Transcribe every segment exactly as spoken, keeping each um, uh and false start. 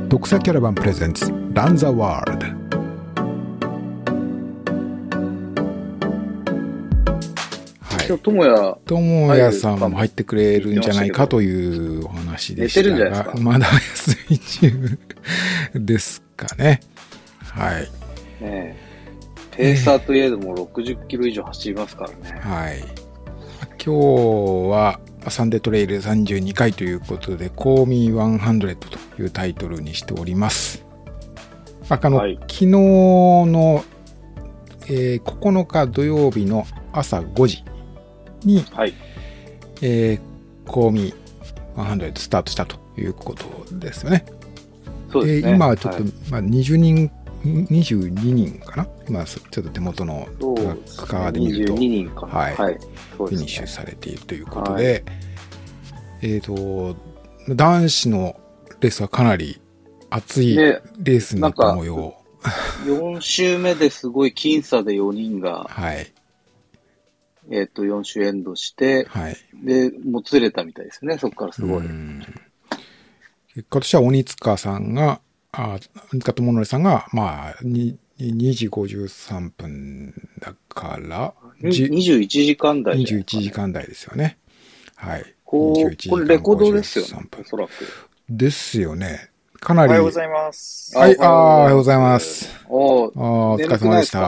読者キャラバンプレゼンツランザワールド。 今日、ともや、 ともやさんも入ってくれるんじゃないかというお話でしたが、 寝てるんじゃないですか。 まだお休み中ですかね。はい。ねえ、ペーサーといえどもろくじゅっキロ以上走りますからね。 はい。今日はサンデートレイルさんじゅうにかいということで、Call Me ひゃくというタイトルにしております。あの、はい、昨日の、えー、ここのか土曜日の朝ごじに、はいえー、Call Me ひゃくスタートしたということですよね。 そうですね。 で今はちょっと、はいまあ、にじゅうにん、にじゅうににんかな今ちょっと手元のトラッカーで見ると、 にじゅうににんかな、 はいはいフィニッシュされているということで、はい、えっと男子のレースはかなり熱いレースになった模様。 よん周目ですごい僅差でよにんが、 はい、 えっとよん周エンドして、 はい、でもつれたみたいですね。そこからすごい。 うん結果としては鬼塚さんが、あ鬼塚智則さんがまあににじごじゅうさんぷんだからにじゅういちじかん台、 ね、にじゅういちじかん台ですよね。はい。 こうこれレコードですよね。おそらく。 ですよね。かなり。 おはようございます。 はい、あおはようございます。 おおお疲れ様でした。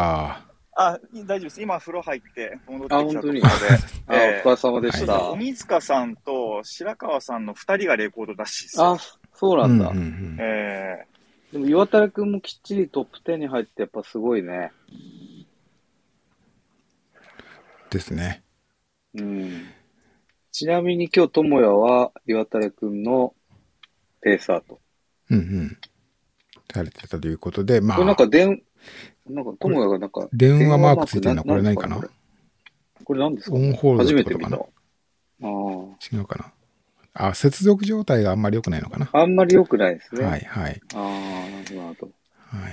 あ、大丈夫です。今風呂入って戻ってきたところで。 あ、えー、お疲れ様でした。 鬼塚さんと白川さんの二人がレコードらしいですよ。 あ、そうなんだ。 うんうんうん、 えー、でも岩田くんもきっちりトップじゅうに入ってやっぱすごいね。 ですね。 うん。ちなみに今日智也は岩田くんのペーサーと。 うんうん。されてたということで、まあ。 これなんか電、なんか智也がなんか電話マークついてるのはこれ何かな？ これ何ですか？ オンホールド初めて見た。ああ。違うかな。あ、接続状態があんまり良くないのかな。 あんまり良くないですね。 はいはい。 ああ、なるほど。 はい。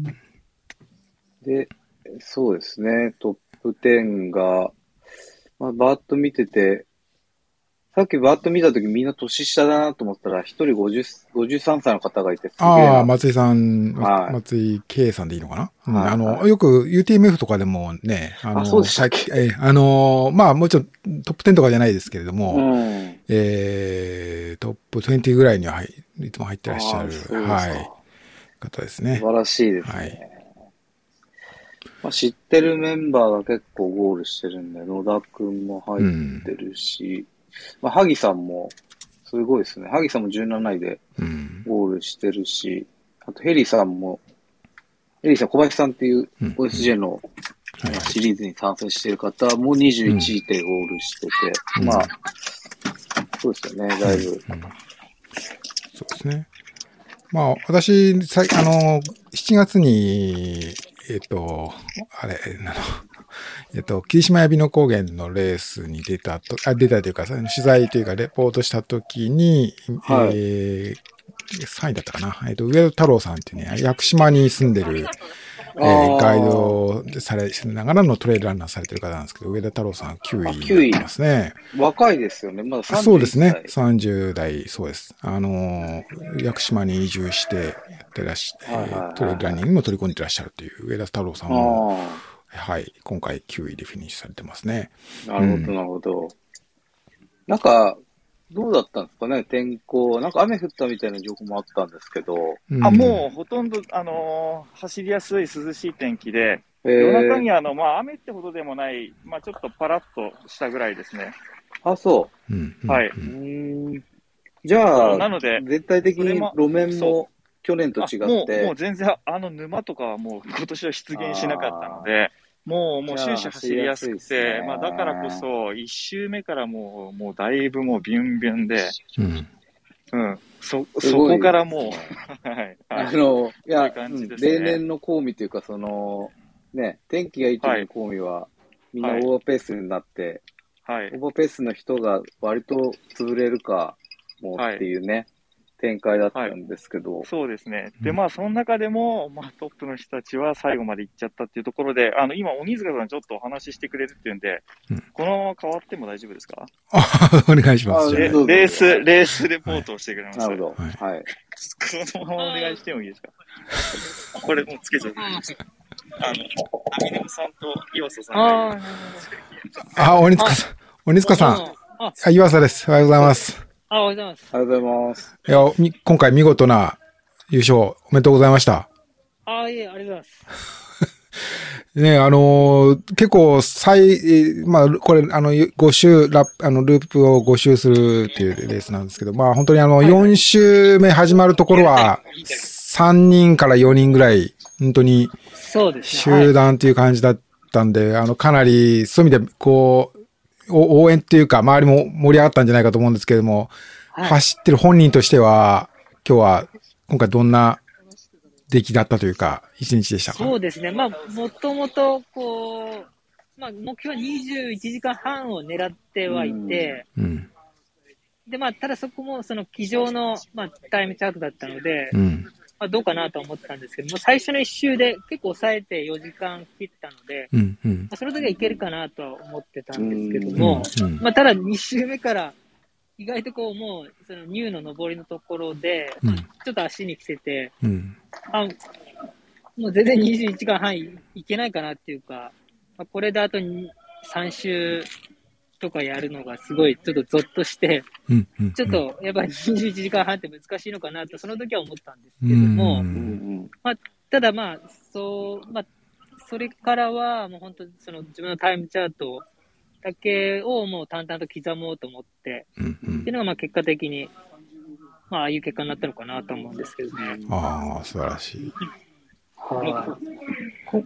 で、そうですね。トップじゅうが、まあ、バーッと見てて、さっきバーッと見たときみんな年下だなと思ったら、一人ごじゅう、ごじゅうさんさいの方がいてすげえな。 ああ、松井さん、はい、松井圭さんでいいのかな、はいうん、あの、はい、よく ユーティーエムエフ とかでもね、あの、 あ、そうでしたっけ？ えあの、まあもちろんトップじゅうとかじゃないですけれども、 うん、 えー、トップにじゅうぐらいには、いつも入ってらっしゃる、はい、方ですね。 素晴らしいですね。はいまあ、知ってるメンバーが結構ゴールしてるんで、野田くんも入ってるし、うん、まあ、萩さんもすごいですね。萩さんもじゅうなないでゴールしてるし、うん、あとヘリさんも、ヘリさん、小林さんっていう オーエスジェー のシリーズに参戦してる方もにじゅういちいでゴールしてて、うん、まあ、そうですよね、だいぶ。うんうん、 そうですね。まあ、私、さあの、しちがつに、えっと、あれ、あの、えっと、霧島やびの高原のレースに出たと、あ、出たというか、取材というか、レポートしたときに、はい、えー、さんいだったかな。えっと、上田太郎さんっていうね、屋久島に住んでる、えー、ガイドされ、しながらのトレイルランナーされてる方なんですけど、上田太郎さんきゅういになってますね。 若いですよね。まださんじゅう代。 そうですね。さんじゅう代、そうです。あの、屋久島に移住してやってらっしゃ、えー、トレイルランニングにも取り込んでらっしゃるという上田太郎さんも、はい、今回きゅういでフィニッシュされてますね。 なるほど、なるほど。うん、なんか、どうだったんですかね、天候。なんか雨降ったみたいな情報もあったんですけど。 うん、あ、もうほとんど、あのー、走りやすい涼しい天気で、えー、夜中にあの、まあ雨ってほどでもない、まあちょっとパラッとしたぐらいですね。 あ、そう。うんはい。 うんじゃあ、なので、全体的に路面も去年と違って。 もう、もう全然、あの沼とかはもう今年は出現しなかったので、もう、もう終始走りやすくて、まあだからこそ、一周目からもう、もうだいぶもうビュンビュンで、うん。うん。そ、そこからもう、はい。 あの、いや、例年のコーミというか、その、ね、天気がいい時のコーミは、みんなオーバーペースになって、はい。オーバーペースの人が割と潰れるか、もうっていうね。 展開だったんですけど。 はい、そうですね。で、まあ、その中でも、まあ、トップの人たちは最後まで行っちゃったっていうところで、あの、今、鬼塚さんちょっとお話ししてくれるっていうんで、うん、このまま変わっても大丈夫ですか？ お願いします。 レース、レースレポートをしてくれます。 はい、なるほど。はい。 このままお願いしてもいいですか？これもうつけちゃっていいですか？あの、アミネムさんと岩佐さんが。ああ、鬼塚さん。鬼塚さん。あ、岩佐です。おはようございます。 あ、おはようございます。 おはようございます。 いや、今回見事な優勝おめでとうございました。 あ、いえ、ありがとうございます。 ね、あのー、結構、最、まあ、これ、あの、ご周、ラップ、あの、ループをご周するっていうレースなんですけど、まあ、本当にあの、よん周目始まるところは、さんにんからよにんぐらい、本当に、 そうですね。集団っていう感じだったんで、あの、かなり、そういう意味で、こう、応援っていうか、周りも盛り上がったんじゃないかと思うんですけれども、はい、走ってる本人としては、今日は、今回どんな出来だったというか、一日でしたか？ そうですね。まあ、もともと、こう、まあ、目標はにじゅういちじかんはんを狙ってはいて、うん、で、まあ、ただそこも、その、机上の、まあ、タイムチャートだったので、うん、まあ、どうかなと思ってたんですけども、最初の一周で結構抑えてよじかん切ったので、うんうん、まあ、その時はいけるかなとは思ってたんですけども、うんうん、まあ、ただに周目から、意外とこう、もう、そのニューの上りのところで、うん、ちょっと足に来てて、うん、あ、もう全然にじゅういちじかんはん い, いけないかなっていうか、まあ、これであとさん周とかやるのがすごいちょっとゾッとして、うんうんうん、ちょっとやっぱりにじゅういちじかんはんって難しいのかなと、その時は思ったんですけども、うんうん、まあ、ただまあ、そう、まあ、それからはもう本当その自分のタイムチャートだけをもう淡々と刻もうと思って、うんうん、っていうのがまあ結果的に、まあ、ああいう結果になったのかなと思うんですけどね。 ああ、素晴らしい。 はい。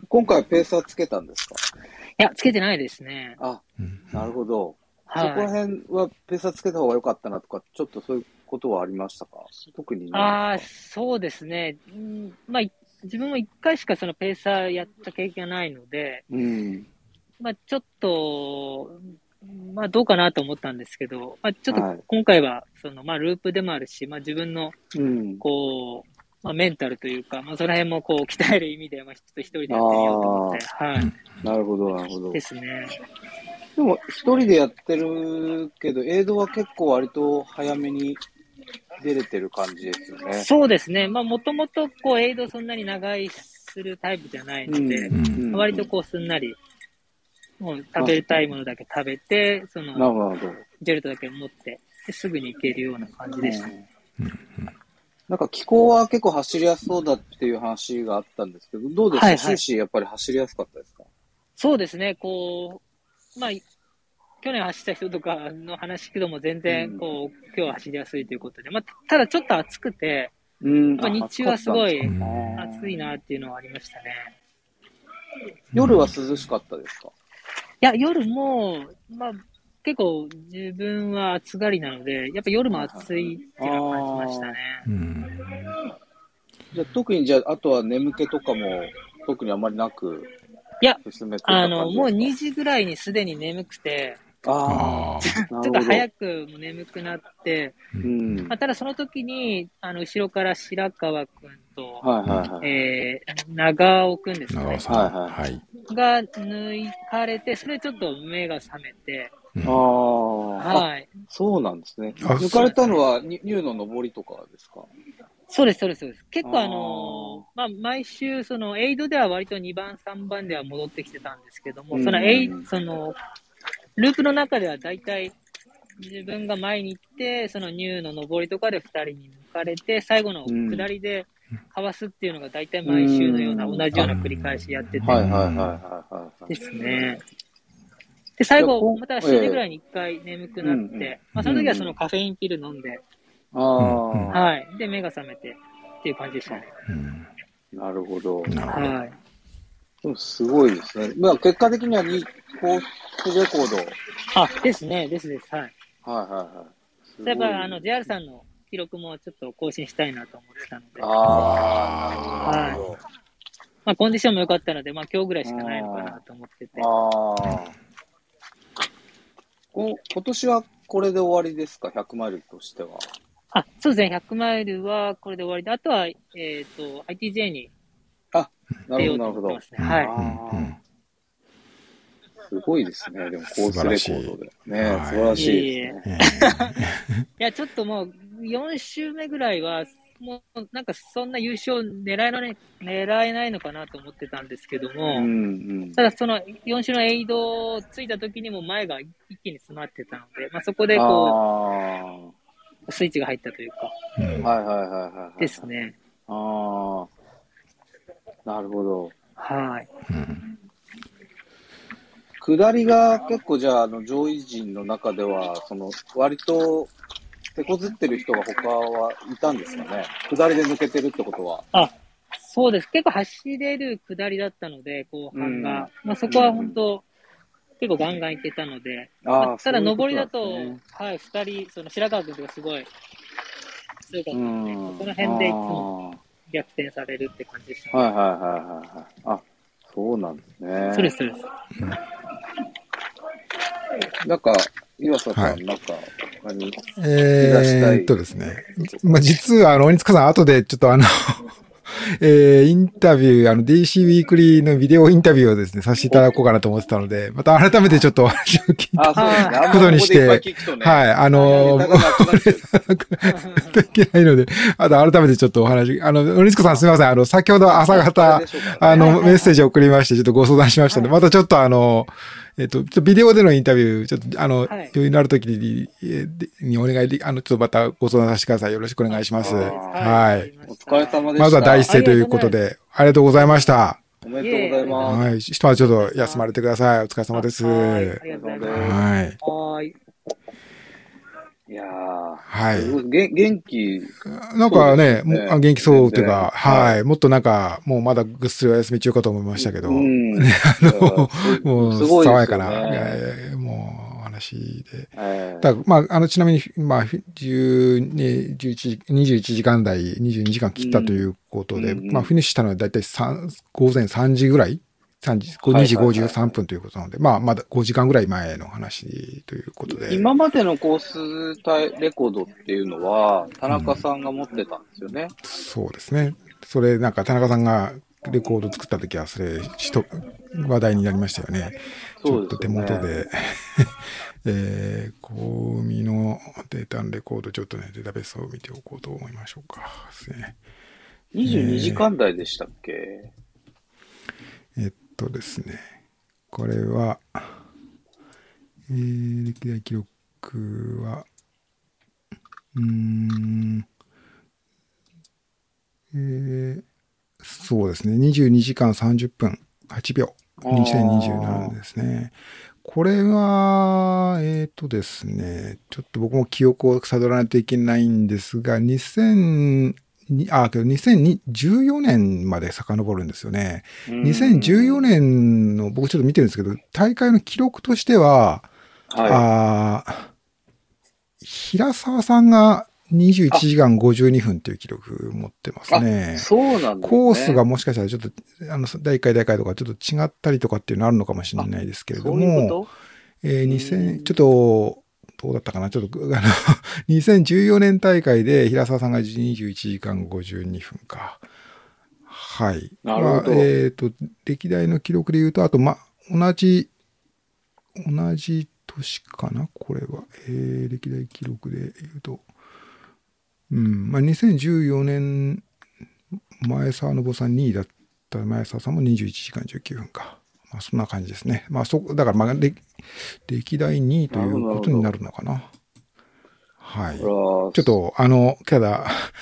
今回はペーサーつけたんですか？ いや、つけてないですね。 あ、なるほど。はい、そこら辺はペーサーつけた方が良かったなとか、ちょっとそういうことはありましたか？特に。 ああ、そうですね。うん、まあ、自分も一回しかそのペーサーやった経験がないので、うん、まあ、ちょっと、まあ、どうかなと思ったんですけど、まあ、ちょっと今回は、その、まあ、ループでもあるし、まあ、自分の、こう、まあ、メンタルというか、まあ、その辺もこう、鍛える意味で、まあ、ちょっと一人でやってみようと思って、はい。 なるほど、なるほど。 ですね。 でも、一人でやってるけど、エイドは結構割と早めに出れてる感じですよね。 そうですね。まあ、もともと、こう、エイドそんなに長いするタイプじゃないので、うんうん、割とこう、すんなり、もう食べたいものだけ食べて、その、ジェルトだけ持って、ですぐに行けるような感じでしたね。 うんうん、なんか気候は結構走りやすそうだっていう話があったんですけど、どうですか、はいはい、終始やっぱり走りやすかったですか？ そうですね、こう、まあ、去年走った人とかの話聞くのも全然、こう、うん、今日は走りやすいということで、まあ、ただちょっと暑くて、うん、まあ、日中はすごい暑いなっていうのはありましたね。 夜は涼しかったですか？ いや、夜も、まあ、結構自分は暑がりなので、やっぱ夜も暑いっていうのは感じましたね。うん、 じゃあ特にじゃあ、あとは眠気とかも特にあまりなく、 いや、あの、もうにじぐらいにすでに眠くて、あちょっと早くも眠くなって、うんまあ、ただその時に、あの、後ろから白川くんと、はいはいはい、えー、長尾くんですかね。はいはい。が抜かれて、それちょっと目が覚めて、ああ、はい。そうなんですね。抜かれたのはニューの上りとかですか？ そうです、そうです、そうです。結構あのー、まあ、毎週、その、エイドでは割とにばん、さんばんでは戻ってきてたんですけども、その、エイ、その、ループの中では大体、自分が前に行って、そのニューの上りとかでふたりに抜かれて、最後の下りでかわすっていうのが大体毎週のような、同じような繰り返しやってて。はいはいはいはい。ですね。で、最後、またしちじぐらいにいっかい眠くなって、まあ、その時はそのカフェインピル飲んで、あはい。で、目が覚めてっていう感じでしたね。 うん、なるほど。はい。でもすごいですね。まあ、結果的にはにコースレコード。 あ、ですね。ですです。はい。 はいはいはい。 やっぱ、あの、ジェイアール さんの記録もちょっと更新したいなと思ってたので。ああ、はい。まあ、コンディションも良かったので、まあ、今日ぐらいしかないのかなと思ってて。ああ。 今年はこれで終わりですか、ひゃくマイルとしては。 あ、そうですね。ひゃくマイルはこれで終わりで、あとは、えっ、ー、と、アイティージェー にあ、なるほど、なるほど。 出ようと思ってますね。はい。 うんうんすごいですね。でも、コースレコードで。ね、 はい素晴らしいですね。 いや、ちょっともう、よん週目ぐらいは、もう、なんかそんな優勝狙えない、狙えないのかなと思ってたんですけども、 うんうん、 ただそのよん週のエイドついた時にも前が一気に詰まってたので、まあ、そこでこう、スイッチが入ったというか、 うん、 はいはいはいはい。 ですね。 ああ、なるほど。 はい。 うん下りが結構じゃあ、あの、上位陣の中では、その、割と、手こずってる人が他はいたんですかね。下りで抜けてるってことは。 あ、そうです。結構走れる下りだったので、後半が。うん、まあそこは本当、うん、結構ガンガンいってたので。あまあ、ただ、上りだと、ううね、はい、二人、その白川君とかすごい強かったので、この辺でいつも逆転されるって感じでした、 ね。はいはいはいはい。あ、そうなんですね。 そうです、そうです。 なんか、岩佐さん、なんか、何、 えーっとですね。まあ、実は、あの、鬼塚さん、後で、ちょっとあの、えー、インタビュー、あの、ディーシー ウィークリーのビデオインタビューをですね、させていただこうかなと思ってたので、また改めてちょっとお話を聞いて、あことにして、はい、あの、といけないので、あと改めてちょっとお話、あの、鬼塚さんすみません、あの、先ほど朝方、あの、メッセージを送りまして、ちょっとご相談しましたので、またちょっとあの、えっと、ちょっとビデオでのインタビュー、ちょっと、あの、余裕のあるときに、にお願いで、あの、ちょっとまたご相談させてください。よろしくお願いします。はい。 お疲れ様でした。 まずは第一声ということで、ありがとうございました。 おめでとうございます。 はい。ひとまずちょっと休まれてください。お疲れ様です。 はい。ありがとうございます。 はい。 はい。 いやー。 はい。 元気。 なんかね、ね元気そうというか、はい、はい。もっとなんか、もうまだぐっすりお休み中かと思いましたけど、うん、ね、あの、もう、爽やかな、ね、もう、話で。えー、だまあ、あの、ちなみに、まあ、じゅうに、じゅういち、にじゅういちじかん台、にじゅうにじかん切ったということで、うん、まあ、フィニッシュしたのはだいたい午前さんじぐらいさんじ、にじごじゅうさんぷんということなので、まあ、まだごじかんぐらい前の話ということで。 今までのコースレコードっていうのは、田中さんが持ってたんですよね。うん、 そうですね。それ、なんか田中さんがレコード作った時は、それ、話題になりましたよね。そうですね。ちょっと手元で、えー、コウミのデータのレコード、ちょっとね、データベースを見ておこうと思いましょうか。ですね。 にじゅうにじかん台でしたっけ？ えー、っとですね、これは、えー、歴代記録は、うーん、えー、そうですね、にじゅうにじかんさんじゅっぷんはちびょう、にせんにじゅうななですね。これは、えっとですね、ちょっと僕も記憶を辿らないといけないんですが、にせん、あ、けどにせんじゅうよねんまで遡るんですよね。にせんじゅうよねんの、僕ちょっと見てるんですけど、大会の記録としては、はい、あ平沢さんがにじゅういちじかんごじゅうにふんという記録持ってますね。 そうなんですね。 コースがもしかしたらちょっと、あの、だいいっかいだいいっかいとかちょっと違ったりとかっていうのあるのかもしれないですけれども、そういうこと？えー、にせん、ちょっと、どうだったかなちょっと、あの、にせんじゅうよねん大会で平沢さんがにじゅういちじかんごじゅうにふんか。はい。 なるほど。 まあ、えっと、歴代の記録で言うと、あと、ま、同じ、同じ年かなこれは。えー、歴代記録で言うと、うん、まあ、にせんじゅうよねん、前澤信さんにいだった前澤さんもにじゅういちじかんじゅうきゅうふんか。まあ、そんな感じですね。まあ、そこ、だから、まあ、歴代にいということになるのかな。はい。ちょっと、あの、ただ、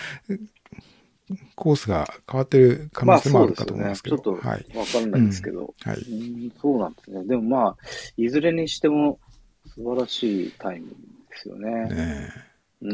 コースが変わってる可能性もあるかと思いますけど。 まあ、そうですね。ちょっとわかんないですけど、 はい、 うん。そうなんですね。でもまあ、いずれにしても素晴らしいタイムですよね。 ねうん。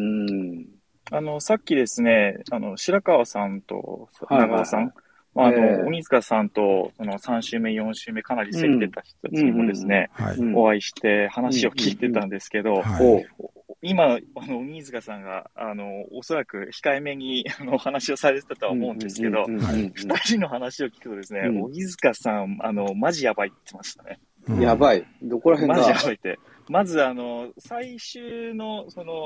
あの、さっきですね、あの、白川さんと長尾さん、はいはいはい、まあ、あの、えー、鬼塚さんと、そのさん週目、よん週目かなり競ってた人たちにもですね、うんうんうん、お会いして話を聞いてたんですけど、うんうんはい、今、あの、鬼塚さんが、あの、おそらく控えめに、あの、お話をされてたとは思うんですけど、二人の話を聞くとですね、うん、鬼塚さん、あの、マジやばいって言ってましたね。 うん、やばい。どこら辺がマジやばいって。まず、あの、最終の、その、うん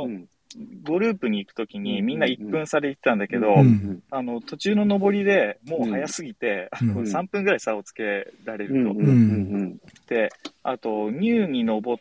グループに行くときにみんないっぷん差で行ってたんだけど、 うん、 あの、途中の上りでもう早すぎて、うん、さんぷんぐらい差をつけられると。うん、で、あと、ニューに登って、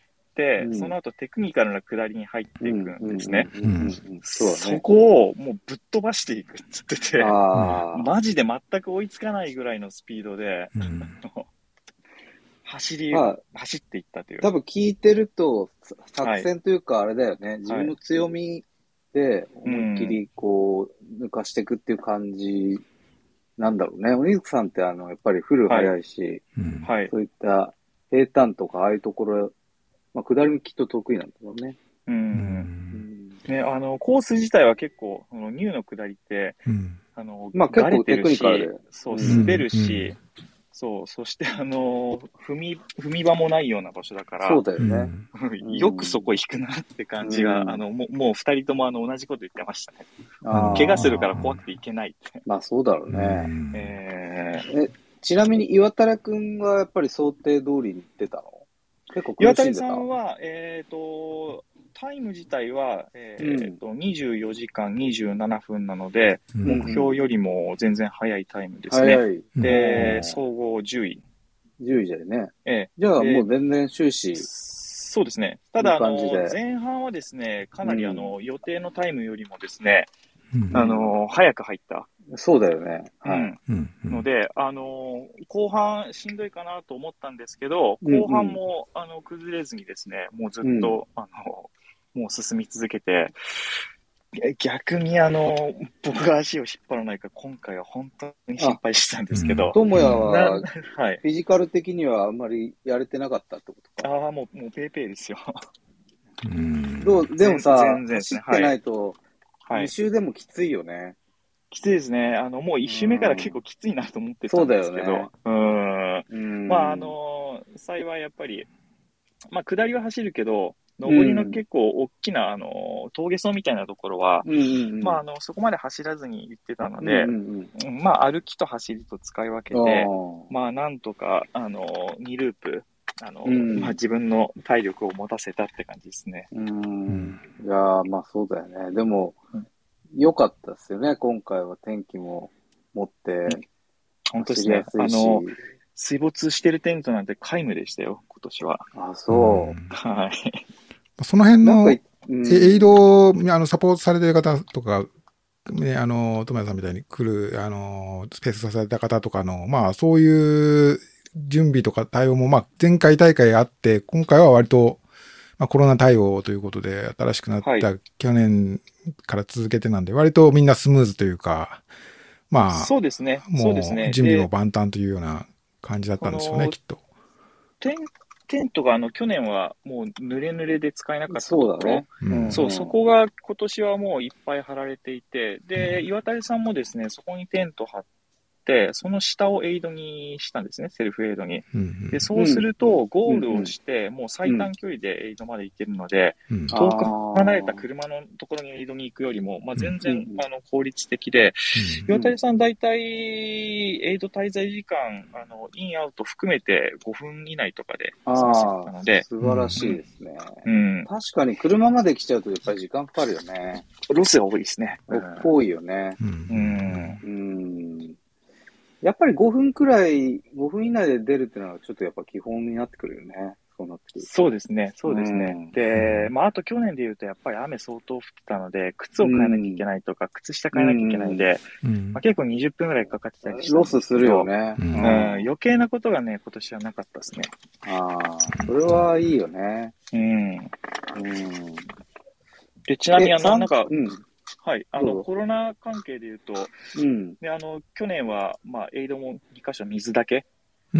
うん、その後テクニカルな下りに入っていくんですね。そこをもうぶっ飛ばしていくって言ってて、マジで全く追いつかないぐらいのスピードで、うん、走り、まあ、走っていったという。 多分聞いてると、作戦というかあれだよね、はい、自分の強みで思いっきりこう、抜かしていくっていう感じなんだろうね。鬼塚さんってあの、やっぱりフル速いし、はい、そういった平坦とかああいうところ、まあ、下りもきっと得意なんだろうね。 うん。うんね、あの、コース自体は結構、そのニューの下りって、うん、あの、 まあ結構テクニカルで。 そう、滑るし、うんそう、そしてあのー、踏み、踏み場もないような場所だから。 そうだよね。 よくそこ行くなって感じが、うん、あの、もう、もう二人ともあの、同じこと言ってましたね。怪我するから怖くて行けないって。 まあそうだろうね。えー、え、ちなみに岩谷くんがやっぱり想定通りに行ってたの？結構苦しんでた？ 岩谷さんは、えっと、タイム自体は、えーとうん、にじゅうよじかんにじゅうななふんなので、うん、目標よりも全然早いタイムですね。早い。で、総合じゅうい。 じゅういじゃね。 ええ。 じゃあもう全然終始。 そうですね。ただ、あの、前半はですね、かなりあの、うん、予定のタイムよりもですね、うん、あの、早く入った。 そうだよね。 はい。うん。ので、あの、後半しんどいかなと思ったんですけど、後半も、うんうん、あの、崩れずにですね、もうずっと、うん、あの、もう進み続けて、逆にあの、僕が足を引っ張らないから今回は本当に心配してたんですけど。 智也は、はい、フィジカル的にはあんまりやれてなかったってことか。 ああ、もう、もうペーペーですよ。 うんどうでもさ、走ってないと、に周でもきついよね。はい、 きついですね。あの、もういち周目から結構きついなと思ってたんですけど。そうだよね。うん。うんまあ、あの、幸いやっぱり、まあ、下りは走るけど、上りの結構大きな、あの、峠走みたいなところは、うんうんうん、まあ、あの、そこまで走らずに行ってたので、うんうん、まあ、歩きと走りと使い分けて、まあ、なんとか、あの、にループ、あの、うん、まあ、自分の体力を持たせたって感じですね。 うん。いやー、まあ、そうだよね。でも、良かったですよね、今回は天気も持って。 本当ですね。あの、水没してるテントなんて皆無でしたよ、今年は。 あ、そう。 はい。 その辺の、エイド、あの、サポートされてる方とか、ね、あの、友也さんみたいに来る、あの、スペースさせた方とかの、まあ、そういう準備とか対応も、まあ、前回大会あって、今回は割と、まあ、コロナ対応ということで、新しくなった、はい、去年から続けてなんで、割とみんなスムーズというか、まあ、 そうですね。 もう、準備も万端というような感じだったんでしょうね、きっと。 テントがあの去年はもう濡れ濡れで使えなかったところ、 そうだね。 うん、そう、そこが今年はもういっぱい張られていて、で、岩谷さんもですね、そこにテント張って、その下をエイドにしたんですね、セルフエイドに。で、そうすると、ゴールをして、もう最短距離でエイドまで行けるので、遠く離れた車のところにエイドに行くよりも、まあ、全然、あの効率的で、岩谷さん大体エイド滞在時間、あの、インアウト含めてごふん以内とかで済ませたので。 素晴らしいですね。うん。確かに車まで来ちゃうとやっぱり時間かかるよね。 ロスが多いですね。 多いよね。うん。うんやっぱりごふんくらい、ごふん以内で出るっていうのはちょっとやっぱ基本になってくるよね。そうなってくる。 そうですね。そうですね。うん、で、まああと去年で言うとやっぱり雨相当降ってたので、靴を変えなきゃいけないとか、うん、靴下変えなきゃいけないんで、うんまあ、結構にじゅっぷんくらいかかってたりして。 ロスするよね、 うんうん。余計なことがね、今年はなかったですね。 ああ、それはいいよね。 うん。うん。で、ちなみにあの、なんか、うんはい。あの、コロナ関係で言うと、うん。で、あの、去年は、まあ、エイドもに箇所水だけ、うん。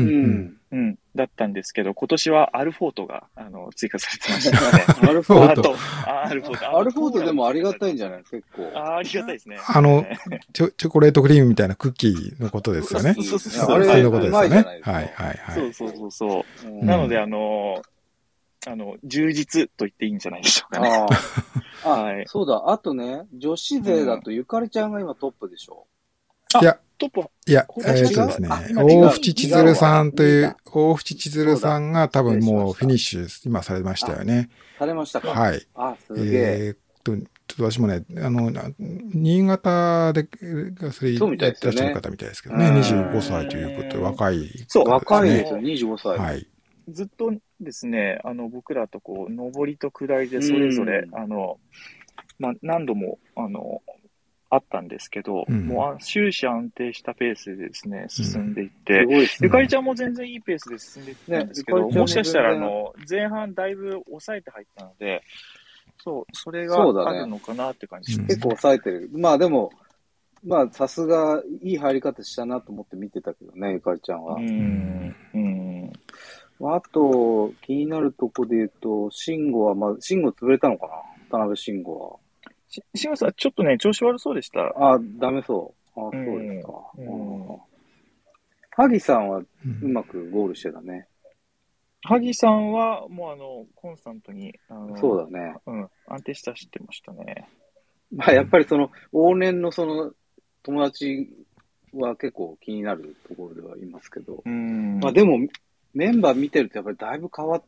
うん。だったんですけど、今年はアルフォートが、あの、追加されてましたね。 アルフォート。 アルフォート。 アルフォートでもありがたいんじゃない結構。 あありがたいですね。 あの、チョ、チョコレートクリームみたいなクッキーのことですよね。 そうそうそう。 あれそういうことですよね。はいはいはい。 そうそうそうそう。うん、なので、あの、あの、充実と言っていいんじゃないでしょうかね。 ああ、はい。そうだ。あとね、女子勢だとゆかりちゃんが今トップでしょ。 いや、 トップいや、えー、っとですね、大淵千鶴さんという、大淵千鶴さんが多分もうフィニッシュ、今されましたよね。 されましたか。 はい。 あ、すげえ。えー、 と、ちょっと私もね、あの、新潟でガスリーやってらっしゃる方みたいですけどね、にじゅうごさいということで若い、ね。 そう、若いですよ、にじゅうごさい。 はい。 ずっとですね、あの、僕らとこう、上りと下りでそれぞれ、あの、まあ、何度も、あの、あったんですけど、うん、もう終始安定したペースでですね、進んでいって、うんね、ゆかりちゃんも全然いいペースで進んでいったんですけど、ね、もしかしたら、あの、前半だいぶ抑えて入ったので、そう、それがあるのかなって感じします、ね。 結構抑えてる。まあでも、まあさすがいい入り方したなと思って見てたけどね、ゆかりちゃんは。うん。うん。あと、気になるとこで言うと、慎吾は、まあ、慎吾潰れたのかな渡辺慎吾は。 慎吾さん、ちょっとね、調子悪そうでした。 あ、ダメそう。あ、そうですか。うんうん、萩さんはうまくゴールしてたね。 萩さんは、もうあの、コンスタントに、あのそうだね。 うん、安定して走ってましたね。 まあ、やっぱりその、往年のその、友達は結構気になるところではいますけど。うんまあでも、メンバー見てるとやっぱりだいぶ変わって、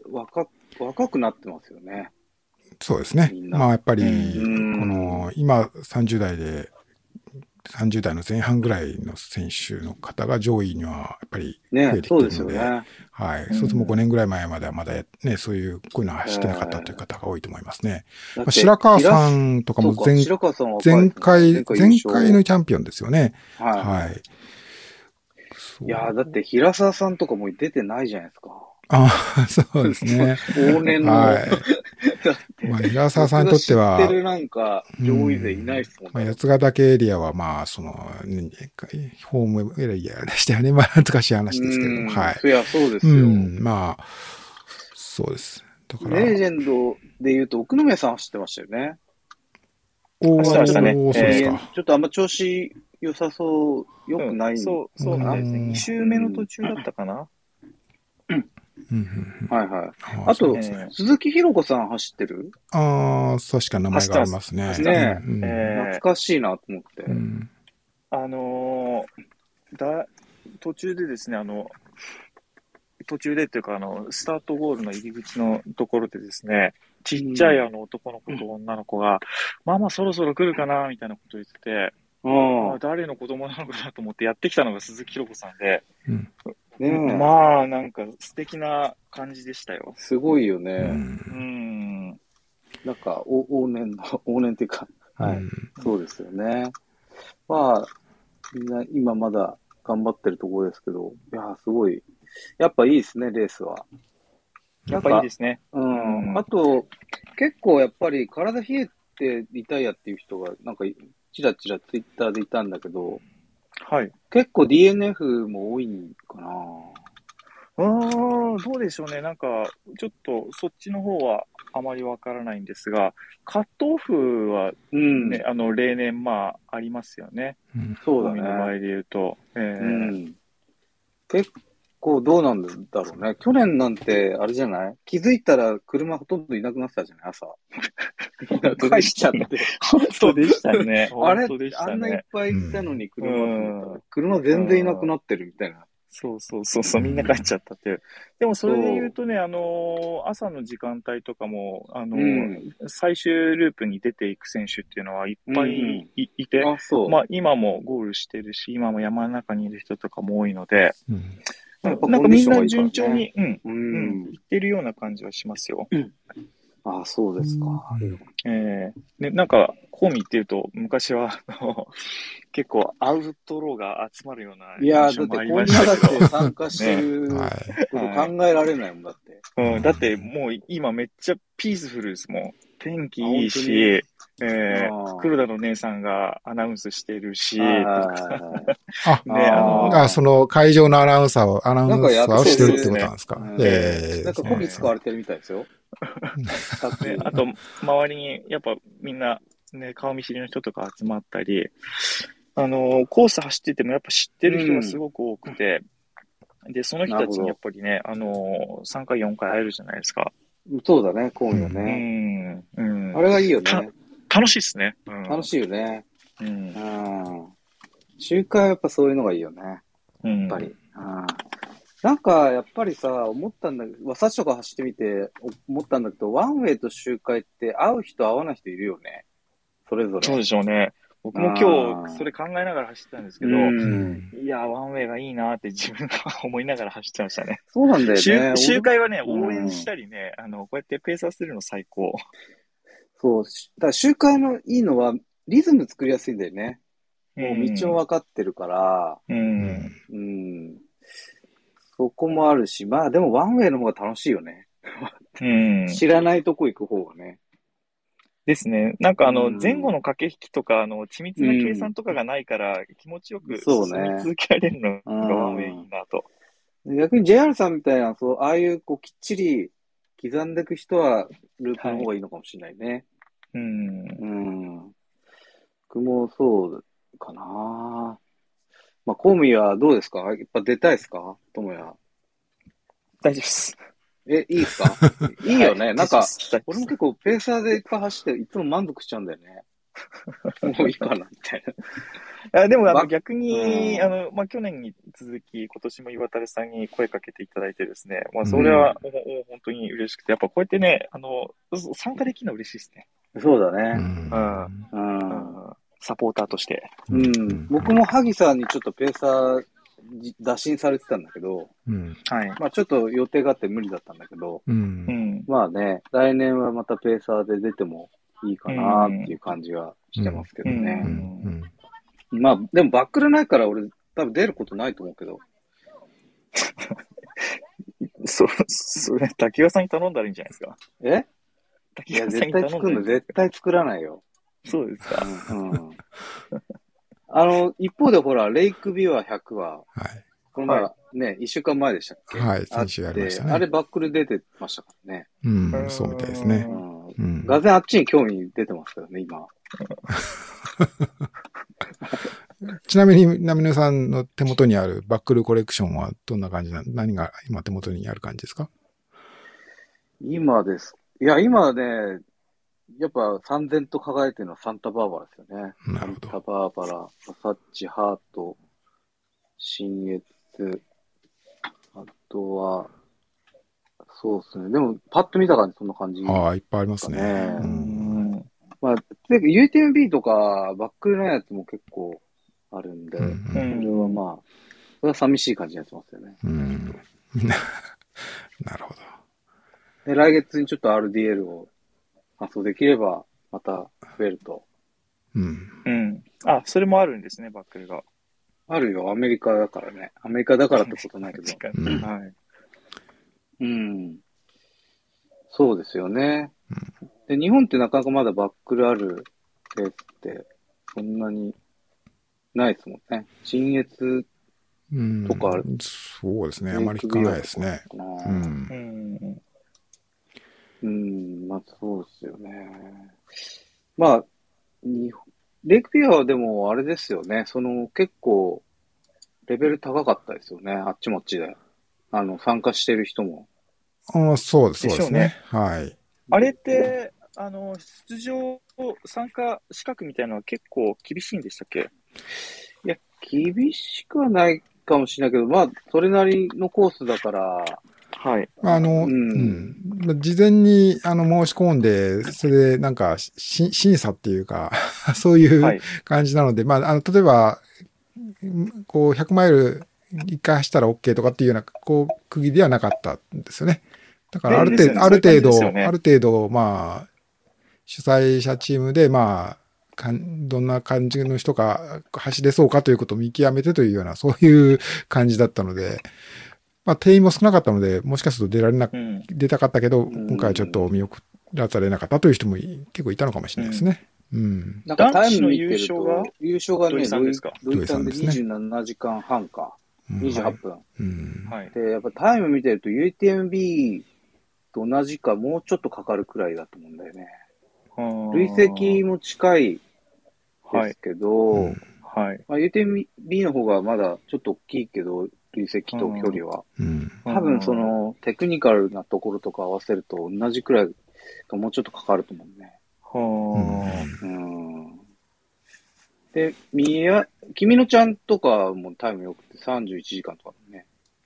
若、若くなってますよね。 そうですね。まあやっぱり、この、今さんじゅう代で、さんじゅう代の前半ぐらいの選手の方が上位にはやっぱり増えてきてるので、ね、そうですよね。はい。そうするともうごねんぐらい前まではまだね、そういう、こういうのは走ってなかったという方が多いと思いますね。まあ、白川さんとかも前、前回、前回のチャンピオンですよね。はい。はい、 いやだって平沢さんとかもう出てないじゃないですか。 ああ、そうですね。 往年の。はい。 まあ、平沢さんにとっては、 知ってるなんか、上位勢いないですもんね。 まあ、八ヶ岳エリアは、まあ、その、ホームエリアでしたよね。まあ、なんとかしい話ですけども、はい。 いや、そうですよ。うん、 まあ、そうです。 だから。レジェンドで言うと、奥宮さん走ってましたよね。 おー、走ってましたね。 そうですか。 ちょっとあんま調子良さそう、良くない、うん、 そう、そうなんですね。に周目の途中だったかな。 はいはい。あと、えー、鈴木ひろ子さん走ってる？ ああ、確か名前がありますね。 ね、うんえー、懐かしいなと思って。うん、 あのー、だ、途中でですね、あの、途中でっていうか、あの、スタートゴールの入り口のところでですね、ちっちゃいあの男の子と女の子が、うん、まあまあそろそろ来るかな、みたいなことを言ってて、あ誰の子供なのかなと思ってやってきたのが鈴木ひろ子さんで、うんね、まあ、なんか素敵な感じでしたよ。 すごいよね。うん。なんか、往年の、往年っていうか、はい、うん。そうですよね。まあ、みんな今まだ頑張ってるところですけど、いや、すごい。やっぱいいですね、レースは。 やっぱいいですね。 うん。うん、あと、結構やっぱり体冷えてリタイアっていう人が、なんか、ちらちらツイッターでいたんだけど、 はい。 結構 ディーエヌエフ も多いかな。 ああ、どうでしょうね。なんか、ちょっとそっちの方はあまりわからないんですが、カットオフはね、うん、あの、例年まあ、ありますよね。 うん、そうだね。 の場合で言うと。えーうん、 結構どうなんだろうね。去年なんて、あれじゃない？気づいたら車ほとんどいなくなってたじゃない朝。返しちゃって。 本当でしたね。 あれ、あんないっぱいいたのに車、うん、車全然いなくなってるみたいな。 そうそうそうそう、みんな帰っちゃったっていう。でもそれで言うとね、あのー、朝の時間帯とかも、あのーうん、最終ループに出ていく選手っていうのはいっぱい い,、うん、いて、あそうまあ今もゴールしてるし、今も山の中にいる人とかも多いので、うんなんかみんな順調に、うん、うん、いってるような感じはしますよ。 うんああ、そうですか。 ええー、ね、なんか、コーミっていうと、昔は、あの、結構アウトローが集まるような印象もありましたけど。 いや、だってこんなだって参加してること考えられないもんだって、 はいうん。だってもう今めっちゃピースフルですもん。天気いいし、えー、黒田の姉さんがアナウンスしてるし、 あ、ね、あの、あ、その会場のアナウンサーを、アナウンサーをしてるってことなんですか。 なんか、えー、なんかコピ使われてるみたいですよ。 ね、あと、周りに、やっぱみんな、ね、顔見知りの人とか集まったり、あの、コース走っててもやっぱ知ってる人がすごく多くて、うん、で、その人たちにやっぱりね、あの、さんかいよんかい会えるじゃないですか。 そうだね、今夜ね。うん。うん。あれがいいよね。 楽しいっすね。 うん、楽しいよね。うん。うん。周回はやっぱそういうのがいいよね。やっぱり。うん。 なんか、やっぱりさ、思ったんだけど、わさちとか走ってみて思ったんだけど、ワンウェイと周回って合う人合わない人いるよね。それぞれ。 そうでしょうね。僕も今日、それ考えながら走ってたんですけど、いや、ワンウェイがいいなって自分が思いながら走ってましたね。 そうなんだよね。 周、周回はね、応援したりね、あの、こうやってペーサーするの最高。 そう。だから周回のいいのは、リズム作りやすいんだよね。もう道も分かってるから、 うん。 うん。そこもあるし、まあでもワンウェイの方が楽しいよね。 うん。 知らないとこ行く方がね。 ですね。なんかあの、前後の駆け引きとか、あの、緻密な計算とかがないから、気持ちよく進み続けられるのがワンウェイいいなと。 逆に ジェイアール さんみたいな、そう、ああいうこうきっちり刻んでいく人は、ループの方がいいのかもしれないね。 はい、うん。 うん。僕もそうかな。まあ、コウミはどうですか？やっぱ出たいですか？ともや。 大丈夫です。 え、いいですか？いいよね。はい、なんか、俺も結構ペーサーでいっぱい走って、いつも満足しちゃうんだよね。もういいかな、みたいな。あでも、あの、逆に、あの、まあ、去年に続き、今年も岩垂さんに声かけていただいてですね、まあ、それは、うん、本当に嬉しくて、やっぱこうやってね、あの、参加できるのは嬉しいですね。 そうだね。 うん。うん。うん、サポーターとして。 うん。僕も萩さんにちょっとペーサー、打診されてたんだけど、 うん、 はい。まあちょっと予定があって無理だったんだけど、 うん、 まあね、来年はまたペーサーで出てもいいかなっていう感じがしてますけどね。うんうん、まあでもバックルないから俺多分出ることないと思うけど。 そ、それ、滝川さんに頼んだらいいんじゃないですか。 え滝川さんに頼んだらいいんですか。 いや、絶対作るの、絶対作らないよ。 そうですか。 うんうんあの、一方でほら、レイクビュアひゃくは、はい、この前、はい、ね、一週間前でしたっけ？ はい、先週やりましたね。 あれバックル出てましたからね。 うん、そうみたいですね。 うん。がぜんあっちに興味出てますけどね、今。 ちなみに、ナミネさんの手元にあるバックルコレクションはどんな感じな、何が今手元にある感じですか？ 今です。いや、今ね、やっぱさんぜんと輝いてるのはサンタバーバラですよね。 なるほど。 サンタバーバラ、サッチ、ハート、新越、あとは、そうですね。でも、パッと見た感じ、そんな感じ、ね。 ああ、いっぱいありますね。 うん。まあ、ユーティーエムビー とか、バックルのやつも結構あるんで、うんうん、それはまあ、それは寂しい感じになってますよね。 うん。なるほど。 で、来月にちょっと アールディーエル を発送できれば、また増えると。 うん。 うん。あ、それもあるんですね、バックルが。 あるよ、アメリカだからね。アメリカだからってことないけど。 うん、はい。 うん。そうですよね。で、日本ってなかなかまだバックルあるレースって、そんなにないですもんね。新越とか、 うん、そうですね。あまり聞かないですね。うん。 うん、まあそうですよね。まあ、日本レイクピアはでもあれですよね。その結構レベル高かったですよね。あっちもあっちで。あの、参加してる人も。 あそうです、そうですね。はい。 あれって、あの、出場、参加資格みたいなのは結構厳しいんでしたっけ？ いや、厳しくはないかもしれないけど、まあ、それなりのコースだから、 はい。 あの、うん。うん、事前に、あの、申し込んで、それで、なんか、し、審査っていうか、そういう感じなので、はい、まあ、あの、例えば、こう、ひゃくマイル一回走ったら OK とかっていうような、こう、区切りではなかったんですよね。だから、ある程度、ね、ある程度、ね、ある程度、まあ、主催者チームで、まあ、かんどんな感じの人が走れそうかということを見極めてというような、そういう感じだったので、まあ、定員も少なかったので、もしかすると出られなく、うん、出たかったけど、今回はちょっと見送らざれなかったという人も結構いたのかもしれないですね。うん。うん、 なんかタイム見てると、優勝がね、ロイさんですか？ロイさんでにじゅうななじかんはんか。にじゅうはっぷん。 うん。 はい。で、やっぱタイム見てると ユーティーエムビー と同じかもうちょっとかかるくらいだと思うんだよね。累積も近いですけど、 はい。はい、 まあ、ユーティーエムビー の方がまだちょっと大きいけど、累積と距離は。 うん、 多分そのテクニカルなところとか合わせると同じくらいかもうちょっとかかると思うね。 はあ、うん。で、みや、君のちゃんとかもタイム良くてさんじゅういちじかんとかね。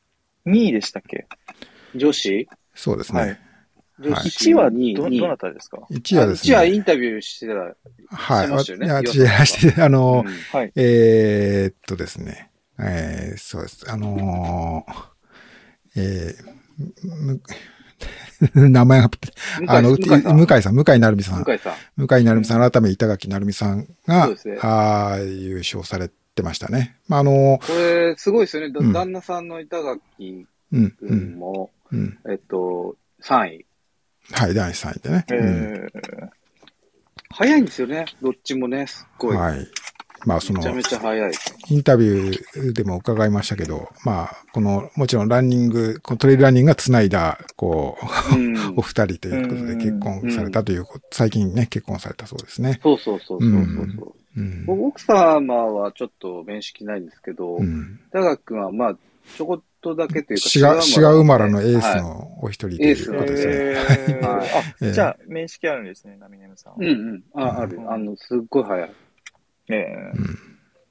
にいでしたっけ？ 女子そうですね。はい、 女子いちいはど、どなたですか？ いちいはですね。 いちいはインタビューしてた。 はい。 してましたよね。 いや、私やらして、あの、 うんはい、 えー、っとですね。えー、そうです。あのー、えー、名前が、あの、向井さん、向井さん、向井成美さん。 向井さん。 向井成美さん、改め板垣成美さんが、 そうですね、 あ優勝されてましたね。まあ、あのこれ、すごいですよね。うん、旦那さんの板垣君も、うんうん、えっと、さんい。 はい、だいさんいでね。 えーうん、 早いんですよね。どっちもね、すっごい。 はい。まあ、その、 めちゃめちゃ早い。 インタビューでも伺いましたけど、まあ、この、もちろんランニング、このトレイルランニングが繋いだ、こう、うん、お二人ということで結婚されたという、うん、最近ね、結婚されたそうですね。 そうそうそうそうそうそう、うん、奥様はちょっと面識ないんですけど、板垣君はまあ、ちょこっとだけというか、 滋賀、滋賀生まれのエースのお一人ということですね。 えーはい、あ、じゃあ、面識あるんですね、ナミネムさん。 うんうん。あ、ある。あの、すっごい早い。 ええーうん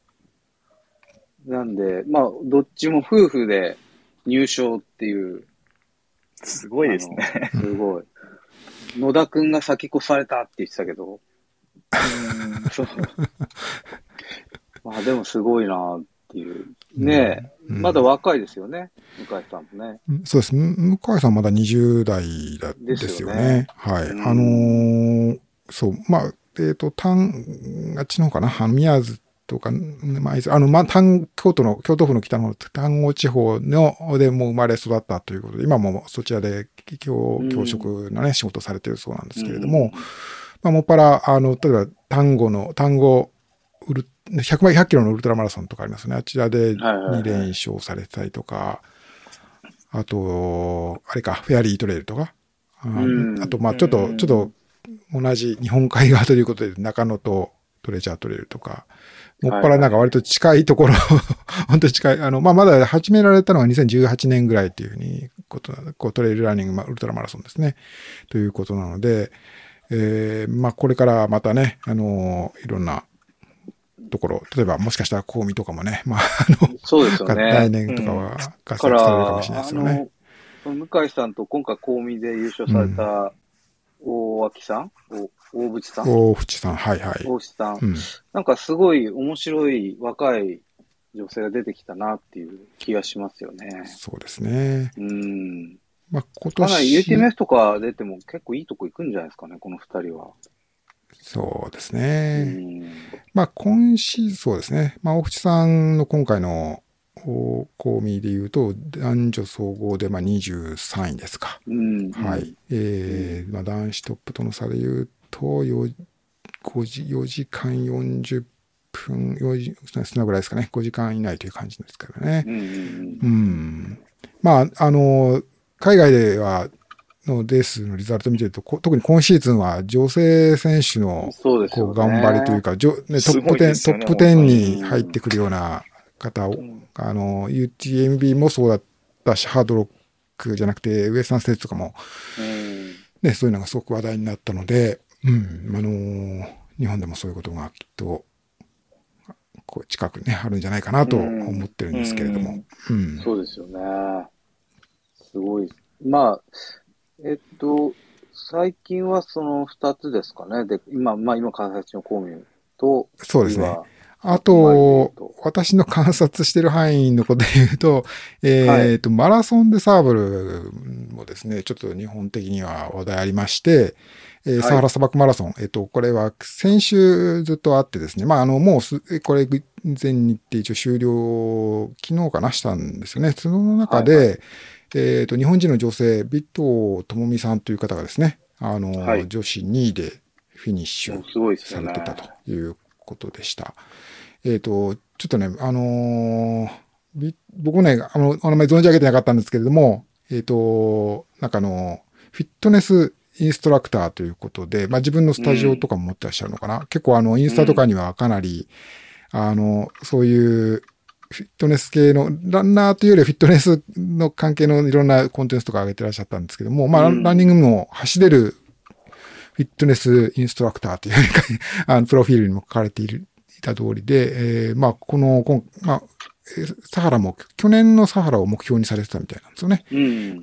なんで、まあ、どっちも夫婦で入賞っていう。 すごいですね。 すごい。野田くんが先越されたって言ってたけど。うんそうまあでもすごいなっていう。ねえ、うん、まだ若いですよね。向井さんもね。 そうです。向井さんまだにじゅう代だですよね。よねはい。うん、あのー、そう、まあ、えっ、ー、と、丹、あっちの方かな、あの宮津とか、まあ、あの、まあ、丹、京都の、京都府の北の方、丹後地方の、でもう生まれ育ったということで、今もそちらで教、教職のね、仕事されてるそうなんですけれども、うん、まあ、もっぱら、あの、例えば、丹後の、丹後、ウル、ひゃくマイル、ひゃっキロのウルトラマラソンとかありますね。あちらでに連勝されたりとか、はいはいはい、あと、あれか、フェアリートレイルとか、うん、あと、まあ、ちょっと、ちょっと、同じ日本海側ということで、中野とトレジャートレイルとか、もっぱらなんか割と近いところ、はいはい、本当に近い、あの、まあ、まだ始められたのがにせんじゅうはちねんぐらいっていうふうに、ことこうトレイルランニング、まあ、ウルトラマラソンですね。ということなので、えー、まあ、これからまたね、あの、いろんなところ、例えばもしかしたらコウミとかもね、まあ、あの、 そうですよね。 来年とかは活躍されるかもしれないですよね。 うん、向井さんと今回コウミで優勝された大脇さん、うん、大渕さん大渕さん、はいはい。 大渕さん、うん。なんかすごい面白い若い女性が出てきたなっていう気がしますよね。 そうですね。 うん。 まあ今年。 かなり ユーティーエムエフ とか出ても結構いいとこ行くんじゃないですかね、この二人は。 そうですね。まあ今シーズンそうですね。まあ大渕さんの今回のコウミで言うと、男女総合でまあにじゅうさんいですか。 うん、 はい。えー、まあ男子トップとの差で言うと、よじ、よじかんよんじゅっぷん、よじ、そのぐらいですかね。ごじかん以内という感じですからね。うん、うん。まあ、あの、海外では、のレースのリザルト見てると、特に今シーズンは女性選手のこう頑張りというか、ね、トップじゅう、ね、トップじゅうに入ってくるような方を、うん、あの、ユーティーエムビー もそうだったし、ハードロックじゃなくて、ウエスタンステーツとかも、うん、ね、そういうのがすごく話題になったので、うん、あのー、日本でもそういうことがきっと、こう近くにね、あるんじゃないかなと思ってるんですけれども。 うんうん、そうですよね。すごい。まあ、えっと、最近はその二つですかね。で、今、まあ今観察のコウミと、 そうですね。あと、私の観察してる範囲のことで言うと、えっと、はい、マラソンでサーブルもですね、ちょっと日本的には話題ありまして、えー、サハラ砂漠マラソン。はい、えっと、これは先週ずっとあってですね、まあ、あの、もうす、これ全日程一応終了、昨日かなしたんですよね。その中で、はいはい、えっと、日本人の女性、尾藤智美さんという方がですね、あの、はい、女子にいでフィニッシュされてたということでした。えっと、ちょっとね、あのー、僕ね、あの、お名前存じ上げてなかったんですけれども、えっと、なんかあの、フィットネスインストラクターということで、まあ自分のスタジオとかも持ってらっしゃるのかな、うん、結構あの、インスタとかにはかなり、うん、あの、そういうフィットネス系の、ランナーというよりはフィットネスの関係のいろんなコンテンツとか上げてらっしゃったんですけども、まあ、うん、ランニングも走れるフィットネスインストラクターというあの、プロフィールにも書かれている、た通りで、えー、まあ、この、まあ、 サハラも、去年のサハラを目標にされてたみたいなんですよね。 うん、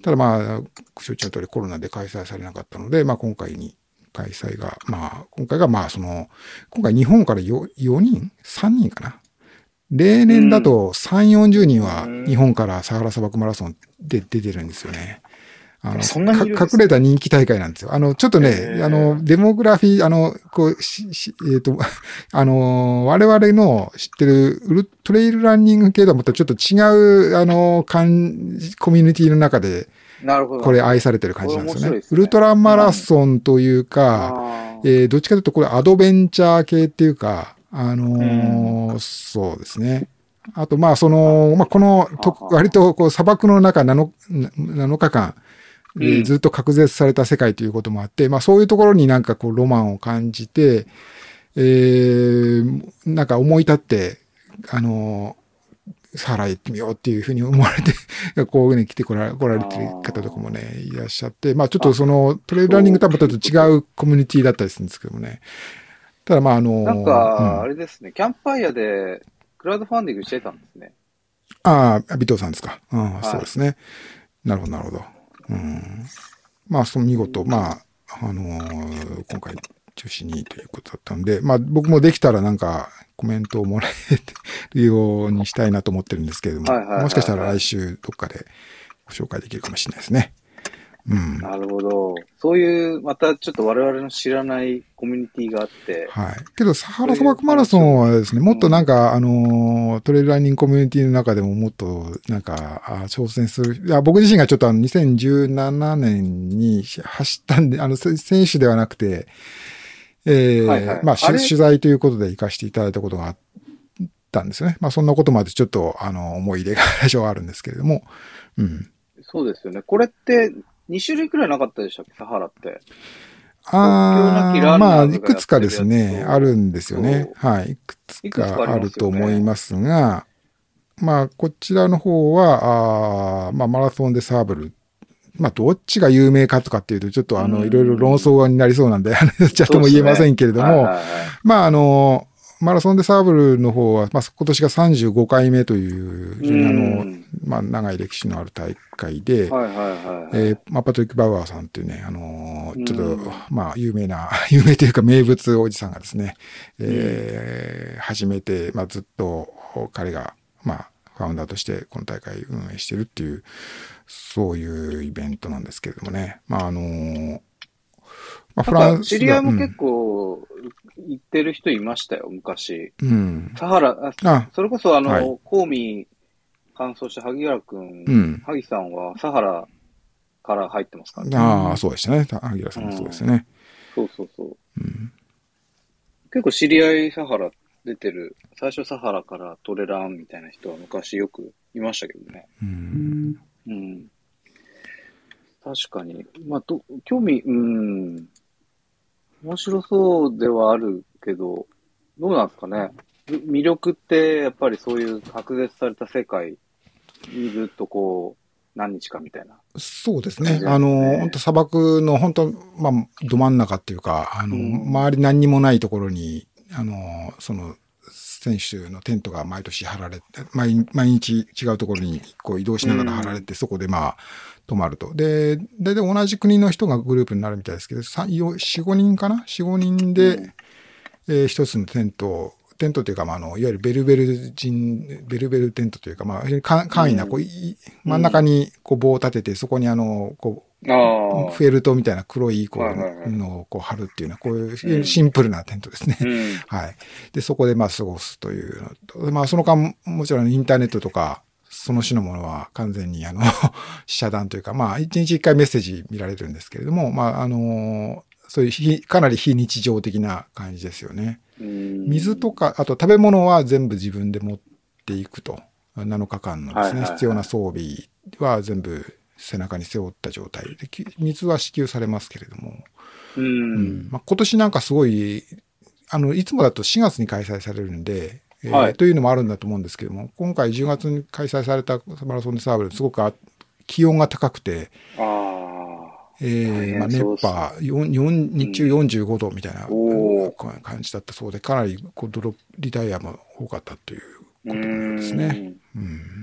ただまあ、承知の通りコロナで開催されなかったので、まあ今回に開催が、まあ今回がまあその、今回日本から 4, 4人 ?さん 人かな。例年だとさんじゅう、よんじゅうにんは日本からサハラ砂漠マラソンで出てるんですよね。あの、 そんなにいるんですか？ 隠れた人気大会なんですよ。あの、ちょっとね、あの、デモグラフィー、あの、こう、し、しえっと、あの、我々の知ってるウルトレイルランニング系とはまたちょっと違う、あの、かんコミュニティの中で、 なるほど。 これ愛されてる感じなんですよね。 ですね。 ウルトラマラソンというか、うん、えー、どっちかというとこれアドベンチャー系っていうか、あのー、そうですね。あと、まあ、その、まあ、この、と割と、こう、砂漠の中なの、なのかかん、えー、ずっと隔絶された世界ということもあって、まあ、そういうところになんかこう、ロマンを感じて、えー、なんか思い立って、あのー、サハラへ行ってみようっていうふうに思われて、こういうふうに来てこら来られてる方とかもね、いらっしゃって、まあ、ちょっとその、トレイルランニングとはまたちょっと違うコミュニティだったりするんですけどもね。ただ、まあ、あのー、 なんか、あれですね、うん、キャンプファイヤーで、クラウドファンディングしてたんですね。 ああ、尾藤さんですか。うん、 はい、 そうですね。なるほど、なるほど。うん、まあ、その見事、まあ、あのー、今回中止にということだったんで、まあ、僕もできたらなんかコメントをもらえるようにしたいなと思ってるんですけれども、もしかしたら来週どっかでご紹介できるかもしれないですね。うん、 なるほど。そういう、またちょっと我々の知らないコミュニティがあって。 はい。けど、サハラ砂漠マラソンはですね、もっとなんか、うん、あの、トレイルランニングコミュニティの中でももっと、なんか、あ挑戦する。いや、僕自身がちょっとあの、にせんじゅうななねんに走ったんで、あの、選手ではなくて、えー、はいはい、まあ、取材ということで行かせていただいたことがあったんですよね。まあ、そんなことまでちょっと、あの、思い入れがあるんですけれども、うん。 そうですよね。これって、に種類くらいなかったでしたっけ、サハラって。 ああ、まあ、いくつかですね、あるんですよね。はい。いくつかあると思いますが、まあ、こちらの方は、あまあ、マラソンでサーブル。まあ、どっちが有名かとかっていうと、ちょっとあの、いろいろ論争になりそうなんで、ちゃんとも言えませんけれども、まあ、あの、マラソンでサーブルの方は、まあ、今年がさんじゅうごかいめという、非常にあの、まあ、長い歴史のある大会で、えー、パトリック・バウアーさんっていうね、あのー、ちょっと、まあ、有名な、有名というか名物おじさんがですね、えー、始めて、まあ、ずっと彼が、まあ、ファウンダーとしてこの大会運営してるっていう、そういうイベントなんですけれどもね。まあ、あのー、まあ、フランス。 知り合いも結構、行ってる人いましたよ、昔。 うん。 サハラ、あそれこそあの、 はい、 コーミー完走した萩原くん、 うん、 萩さんはサハラから入ってますからね。 ああ、そうでしたね。萩原さんもそうですね、 うん。そうそうそう。 うん、 結構知り合いサハラ出てる、最初サハラからトレランみたいな人は昔よくいましたけどね。 うん。 うん。確かに。まあ、と、興味、うん。面白そうではあるけど、どうなんですかね。魅力ってやっぱりそういう隔絶された世界にずっとこう何日かみたいな。 そうですね。あの、本当砂漠の本当、まあ、ど真ん中っていうか、あの、うん、周り何にもないところに、あの、その、選手のテントが毎年張られて、毎, 毎日違うところにこう移動しながら張られて、うん、そこでまあ、泊まると。で、大体同じ国の人がグループになるみたいですけど、よん、ごにんかな ?よん、ごにんで、うん、えー、一つのテントを、テントというか、まあ、あの、いわゆるベルベル人、ベルベルテントというか、まあ、簡易な、こう、うん、真ん中にこう棒を立てて、そこにあの、こう、フェルトみたいな黒いこうのをこう貼るっていうのは、こういうシンプルなテントですね。うん、はい。で、そこでまあ過ごすというのと、まあその間、もちろんインターネットとか、その種のものは完全にあの、遮断というか、まあ一日一回メッセージ見られるんですけれども、まああの、そういうかなり非日常的な感じですよね。水とか、あと食べ物は全部自分で持っていくと。なのかかんのですね、はいはいはい、必要な装備は全部背中に背負った状態で、水は支給されますけれども。 うんうんまあ、今年なんかすごい、あの、いつもだとしがつに開催されるんで、はい、えー、というのもあるんだと思うんですけども、今回じゅうがつに開催されたマラソンでサーブル、すごく気温が高くて、 あえー、まあ、熱波、日中よんじゅうごどみたいな感じだったそうで、かなりこうドロリタイアも多かったということですね。 うん。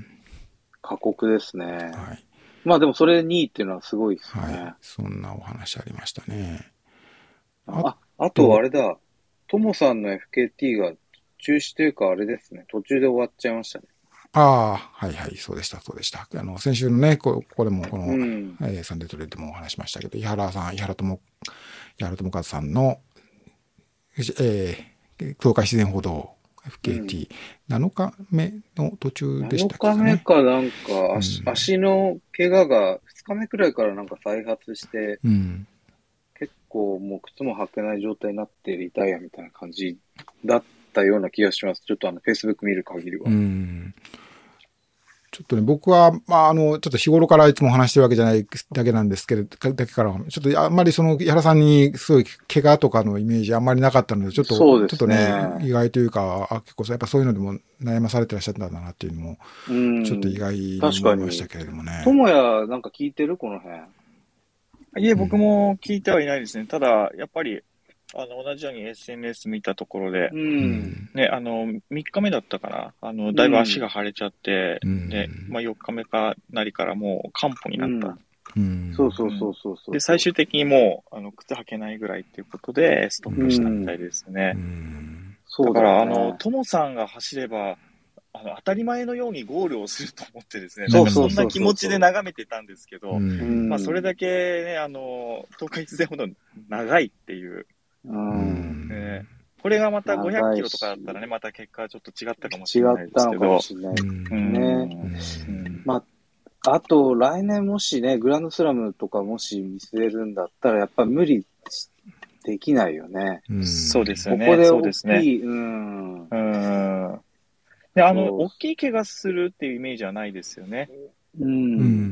過酷ですね。 はい。 まあでもそれにいっていうのはすごいですね。 はい。そんなお話ありましたね。 あ、あとあれだ。トモさんの エフケーティー が中止というかあれですね。途中で終わっちゃいましたね。 ああ、はいはい、そうでした、そうでした。あの、先週のね、ここれもこの、 うん、 えー、サンデートレードでもお話しましたけど、井原さん、井原智、井原智和さんの、えー、東海自然歩道 エフケーティー、うん、なのかめの途中でしたっけね。 なのかめかなんか足、うん、足の怪我がふつかめくらいからなんか再発して、うん、結構もう靴も履けない状態になってリタイアみたいな感じだったような気がします。ちょっとあの、Facebook 見る限りは。うんちょっとね、僕は、まあ、あの、ちょっと日頃からいつも話してるわけじゃないだけなんですけれど、だけから、ちょっとあんまりその、井原さんにすごい怪我とかのイメージあんまりなかったので、ちょっと、 そうですね、 ちょっとね、意外というか、あ、結構やっぱそういうのでも悩まされてらっしゃったんだなっていうのも、ちょっと意外に思いましたけれどもね。 ともや、なんか聞いてるこの辺。 いえ、僕も聞いてはいないですね。うん、ただ、やっぱり、あの、同じように エスエヌエス 見たところで、うん、ね、あの、みっかめだったかな。あの、だいぶ足が腫れちゃって、うん、で、まあ、よっかめかなりからもう、完歩になった。 うん、そうそうそうそうそう。 で、最終的にもう、あの、靴履けないぐらいっていうことで、ストップしたみたいですね。うん、だから、ね、あの、トモさんが走れば、あの、当たり前のようにゴールをすると思ってですね、なんかそんな気持ちで眺めてたんですけど、まあ、それだけね、あの、東海自然ほど長いっていう、うんえー、これがまたごひゃくキロとかだったらね、また結果はちょっと違ったかもしれないですけど。違ったのかもしれないですね。まあ、あと、来年もしね、グランドスラムとかもし見据えるんだったら、やっぱり無理できないよね。 うん、そうですよね。 ここで大きい、 そうですね、 うん。 うんで、あの、大きい怪我するっていうイメージはないですよね。 うん。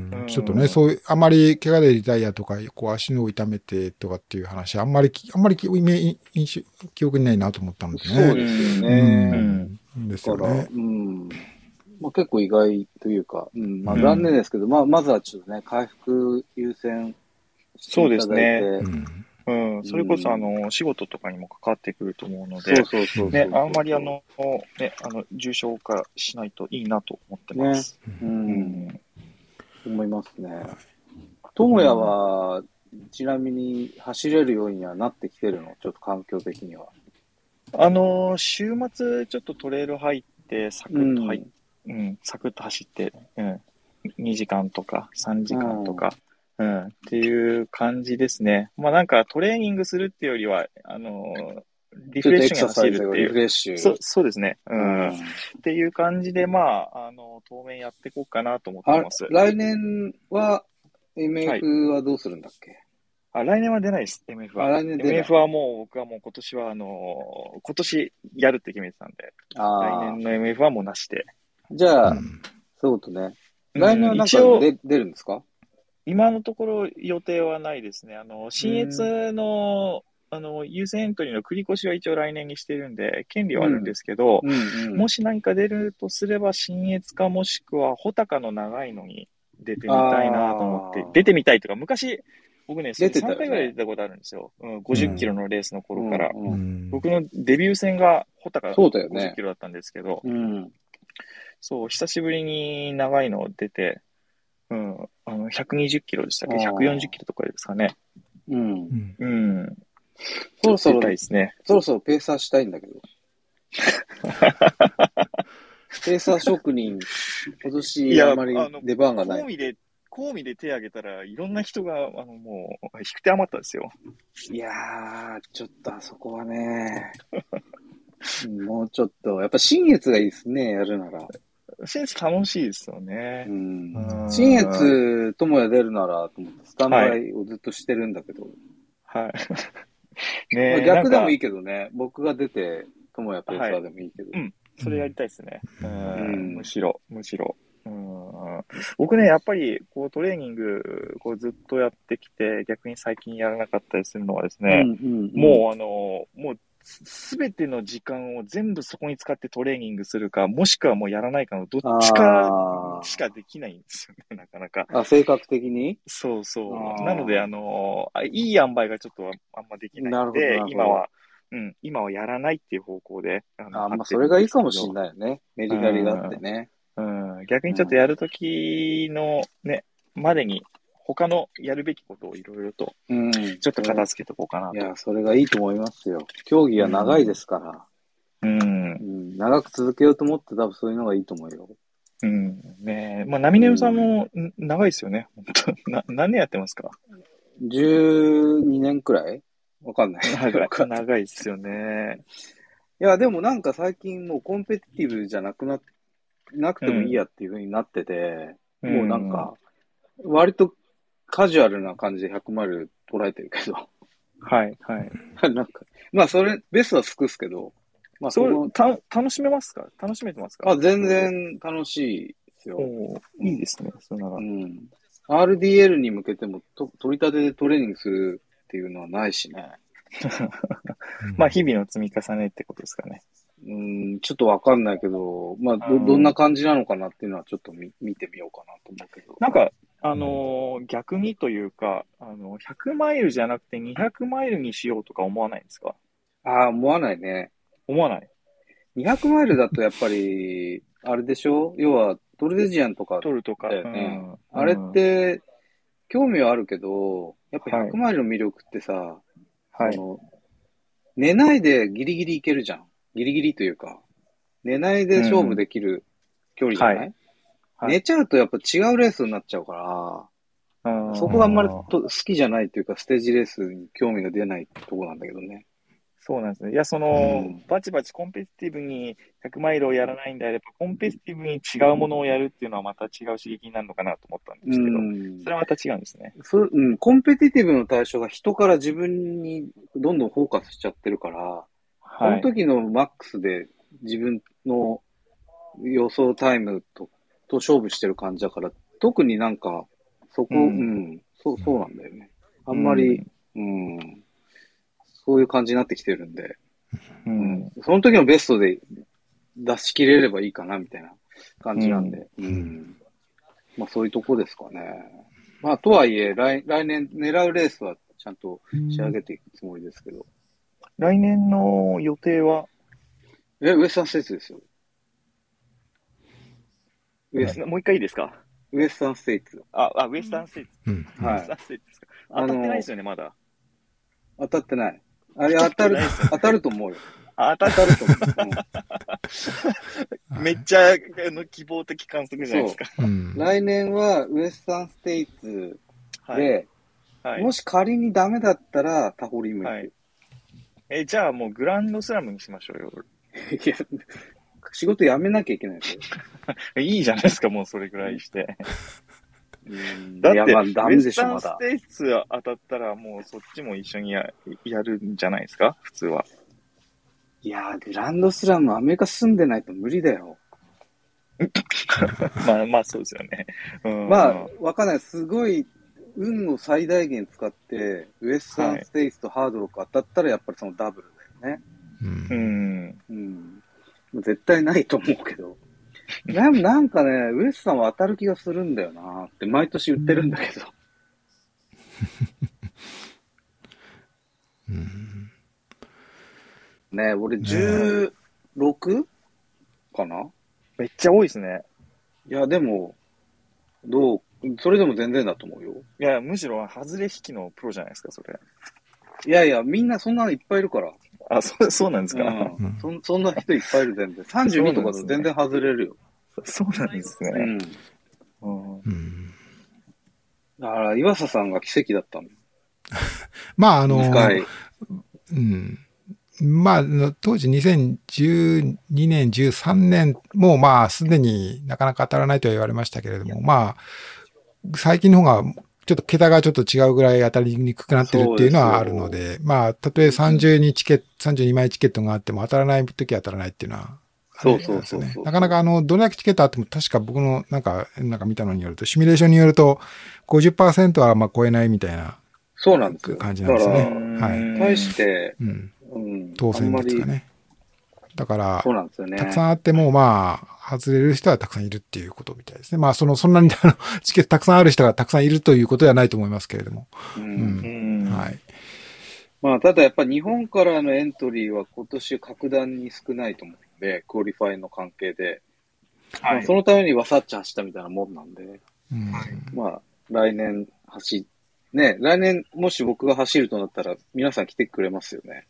うん、ちょっとね、そういう、あまり怪我でリタイアとか、こう足の痛めてとかっていう話、あんまり、あんまりイメージ、記憶にないなと思ったのでね。 そうですよね。 うん。ですよね。 うん。まあ、結構意外というか、うん、まあ残念ですけど、うん、まあ、まずはちょっとね、回復優先していただいて。そうですね。 うん。うん、それこそ、あの、仕事とかにも関わってくると思うので、そうそうそうね、あんまりあの、ね、あの、重症化しないといいなと思ってます。ね、うん。うん思いますね。智也は、ちなみに走れるようにはなってきてるの？ちょっと環境的には。 あの、週末ちょっとトレイル入って、サクッと入っ、うん、うん、サクッと走って、うん、にじかんとかさんじかんとか、うん、うん、っていう感じですね。まあなんかトレーニングするっていうよりは、あの、リフレッシュに走るっていう。 リフレッシュ。 そ、そうですね。うん。うん、っていう感じで、まあ、あの、当面やっていこうかなと思ってます。 来年は、エムエフ はどうするんだっけ？ はい、あ、来年は出ないです、エムエフ は。来年出ない。エムエフ はもう、僕はもう今年は、あの、今年やるって決めてたんで、来年の エムエフ はもうなしで。 じゃあ、うん、そうとね。来年はなんか出出るんですか？ 今のところ予定はないですね。あの、新越の、あの、優先エントリーの繰り越しは一応来年にしてるんで、権利はあるんですけど、うんうんうん、もし何か出るとすれば、新越かもしくは、穂高の長いのに出てみたいなと思って、出てみたいというか、昔、僕ね、ねさんかいぐらい出たことあるんですよ。うん、ごじゅっキロのレースの頃から。うんうん、僕のデビュー戦が穂高ごじゅっキロだったんですけど、そうだよね。うん、そう、久しぶりに長いの出て、うん、あの、ひゃくにじゅっキロでしたっけ ?ひゃくよんじゅっキロとかですかね。うん。うん。 そろそろ、 ですね、 そろそろペーサーしたいんだけど。ペーサー職人、今年あまり出番がない。 交尾で、交尾で手挙げたらいろんな人が、あの、もう、引く手余ったですよ。 いやー、ちょっとあそこはね、もうちょっと、やっぱ新越がいいですね、やるなら。 新越楽しいですよね。 うん。新越、智也出るならと思って、スタンバイをずっとしてるんだけど。 はい。ね逆でもいいけどね。僕が出て、智也ペーサーでもいいけど。 はい、うん。それやりたいですね。うん。むしろ、むしろ。うん僕ね、やっぱり、こう、トレーニング、こう、ずっとやってきて、逆に最近やらなかったりするのはですね、うんうんうん、もう、あの、もう、すべての時間を全部そこに使ってトレーニングするか、もしくはもうやらないかのどっちかしかできないんですよね、なかなか。 あ、性格的に？ そうそう。なので、あの、いい塩梅がちょっとあんまできないので、今は、うん、今はやらないっていう方向で。 ああ、まあそれがいいかもしれないよね。メリハリがあってね。 うん。 逆にちょっとやるときのね、までに、他のやるべきことをいろいろと、ちょっと片付けておこうかなと、 うん。いや、それがいいと思いますよ。競技は長いですから。 うん。 うん、長く続けようと思って多分そういうのがいいと思うよ。 うん。ねえ。まあ、ナミネムさんも、ん長いですよね。本当な、何年やってますか ? じゅうにねんくらいわかんない。 長い。長いですよね。 いや、でもなんか最近もうコンペティティブじゃなくな、なくてもいいやっていう風になってて、うん、もうなんか、割とカジュアルな感じでひゃくマイル捉えてるけど。 はい、はい。 なんか、まあそれ、ベストは尽くすけど、まあそれ、た、楽しめますか楽しめてますかあ、全然楽しいですよ。 いいですね、それなら。 うん。アールディーエル に向けてもと、取り立てでトレーニングするっていうのはないしね。 まあ、日々の積み重ねってことですかね。 うん、ちょっとわかんないけど、まあど、どんな感じなのかなっていうのはちょっと見見てみようかなと思うけど。 なんか、あのー、逆にというか、あの、ひゃくマイルじゃなくてにひゃくマイルにしようとか思わないんですか？ ああ、思わないね。 思わない。 にひゃくマイルだとやっぱり、あれでしょ？要は、トルデジアンとか、 トルとか。 うん、あれって、興味はあるけど、やっぱひゃくマイルの魅力ってさ、はい、その寝ないでギリギリいけるじゃん。ギリギリというか、寝ないで勝負できる距離じゃない、うんはいはい、寝ちゃうとやっぱ違うレースになっちゃうから、そこがあんまりと好きじゃないというか、ステージレースに興味が出ないところなんだけどね。 そうなんですね。いや、その、うん、バチバチコンペティティブにひゃくマイルをやらないんであれば、コンペティティブに違うものをやるっていうのはまた違う刺激になるのかなと思ったんですけど、うん、それはまた違うんですね。 そうん、コンペティティブの対象が人から自分にどんどんフォーカスしちゃってるから、はい、その時のマックスで自分の予想タイムとと勝負してる感じだから、特になんか、そこ、うん、うん、そう、そうなんだよね。あんまり、うん、うん、そういう感じになってきてるんで、うん、その時のベストで出し切れればいいかな、みたいな感じなんで、うん。うん、まあそういうとこですかね。まあとはいえ、来、来年狙うレースはちゃんと仕上げていくつもりですけど。 来年の予定はえ、ウエスタンステイツですよ。 ウエスもう一回いいですか？ ウエスタンステイツ。 あ、あ、ウエスタンステイツ。うん。 はい。 ウエスタンステイツですか？当たってないですよね、まだ。 当たってない。あれ当たる、当たると思うよ。 当たると思う。めっちゃあの希望的観測じゃないですか。 うん、来年はウエスタンステイツで、はいはい、もし仮にダメだったらタホリム行く。はい、 え、じゃあもうグランドスラムにしましょうよ。 いや、仕事辞めなきゃいけないですよ。 いいじゃないですか、もうそれぐらいして。 うんだって、 まあ、ダメでしょ、 ウエスタンステイツ当たったらもうそっちも一緒に や, やるんじゃないですか、普通は。 いやー、グランドスラムアメリカ住んでないと無理だよ。 まあまあそうですよね。うん、 まあ、わかんない。すごい、運を最大限使って、ウエスタンステイツとハードロック当たったらやっぱりそのダブルだよね。 うん。 うん。絶対ないと思うけど。な, なんかね、ウエスさんは当たる気がするんだよなって毎年言ってるんだけど。 うんねえ、俺じゅうろくかな？ めっちゃ多いですね。 いや、でも、どう、それでも全然だと思うよ。 いや、むしろ、外れ引きのプロじゃないですか、それ。 いやいや、みんなそんなのいっぱいいるから。 あ、そう、そうなんですか、 うん、そ。そんな人いっぱいいる、全然。さんじゅうにとかで全然外れるよ。 そうなんですね。 うん。うん、だから、岩佐さんが奇跡だったの。 まあ、あの、うん。まあ、当時にせんじゅうにねん、じゅうさんねんもまあ、すでになかなか当たらないとは言われましたけれども、まあ、最近の方が、ちょっと桁がちょっと違うぐらい当たりにくくなってるっていうのはあるので、まあ、たとえさんじゅうにチケット、さんじゅうにまいチケットがあっても当たらないときは当たらないっていうのは、 そうそうそうそう。 なかなかあの、どれだけチケットあっても確か僕のなんか、なんか見たのによると、シミュレーションによると ごじゅっパーセント はまあ超えないみたいな。 そうなんですよ。 感じなんですね。はい。 対して、 うんうん、当選率がね。だから、 そうなんですよね。 たくさんあっても、まあ、外れる人はたくさんいるっていうことみたいですね。まあ、その、そんなにあのチケットたくさんある人がたくさんいるということではないと思いますけれども。うん。うん、はい。 まあ、ただやっぱり日本からのエントリーは今年格段に少ないと思うので、クオリファイの関係で。 はい、まあ、そのためにワサッチ走ったみたいなもんなんで、 うん、 まあ、来年走、ね、来年もし僕が走るとなったら、皆さん来てくれますよね。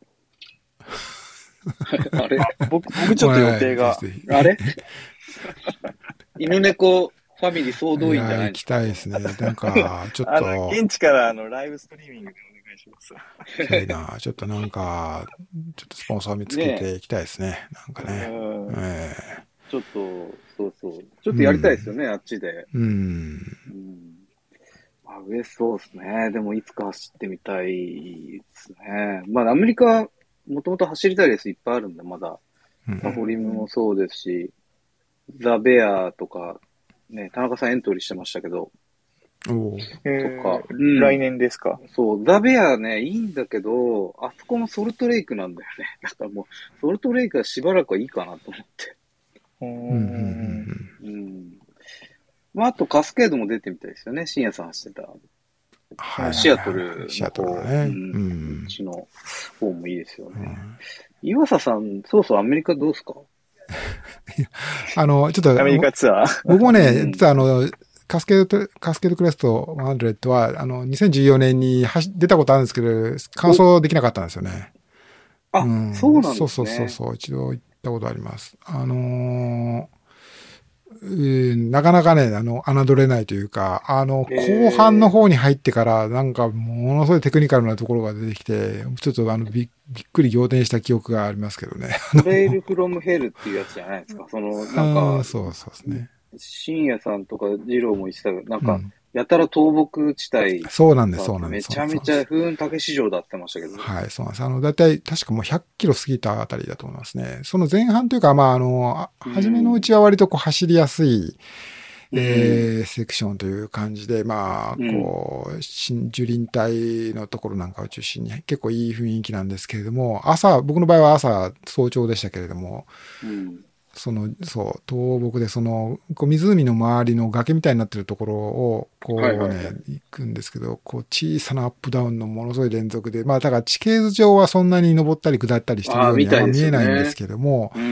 あれ僕、僕ちょっと予定が。 あれ犬猫ファミリー総動員じゃない行きたいですね。なんか、ちょっと。あの、現地からあの、ライブストリーミングでお願いします。 行きたいな。ちょっとなんか、ちょっとスポンサー見つけていきたいですね。ねなんかね。えー、ちょっと、そうそう。ちょっとやりたいですよね、うん、あっちで。 うん。 うんまあ、上そうですね。でもいつか走ってみたいですね。まあ、アメリカ、もともと走りたいレースいっぱいあるんで、まだ。サフォリムもそうですし、ザ・ベアとか、ね、田中さんエントリーしてましたけど。 おとか、うん、来年ですか。 そう、ザ・ベアね、いいんだけど、あそこもソルトレイクなんだよね。だからもう、ソルトレイクはしばらくはいいかなと思って。 うん。 うん。まあ、あとカスケードも出てみたいですよね。深夜さん走ってた。はい、シアトルの方、ねうん、うちの方もいいですよね。うん、岩佐さん、そうそう、アメリカどうですかあの、ちょっと、 アメリカツアー僕もね、実はあの、カスケード、カスケードクレストひゃくは、あの、にせんじゅうよねんに出たことあるんですけど、完走できなかったんですよね。 あ、うん、そうなんですね。 そうそうそうそう、一度行ったことあります。あのーうん、なかなかね、あの、侮れないというか、あの、後半の方に入ってから、なんか、ものすごいテクニカルなところが出てきて、ちょっとあの、び、びっくり仰天した記憶がありますけどね。 トレイルフロムヘルっていうやつじゃないですか。その、なんか、 そうそうですね。 深夜さんとか二郎も言ってたけど、なんか、うんやたら倒木地帯。 そうなんです、そうなんです。めちゃめちゃ風雲竹市場だってましたけど。 はい、そうなんです。あの、だいたい確かもうひゃっキロ過ぎたあたりだと思いますね。その前半というか、まあ、あの、初めのうちは割とこう走りやすい、うん、えー、セクションという感じで、まあ、こう、新樹林帯のところなんかを中心に結構いい雰囲気なんですけれども、朝、僕の場合は朝、早朝でしたけれども、うんその、そう、倒木で、その、こう湖の周りの崖みたいになってるところを、こうね、はいはいはい、行くんですけど、こう小さなアップダウンのものすごい連続で、まあだから地形図上はそんなに登ったり下ったりしてるようには見えないんですけども、うん、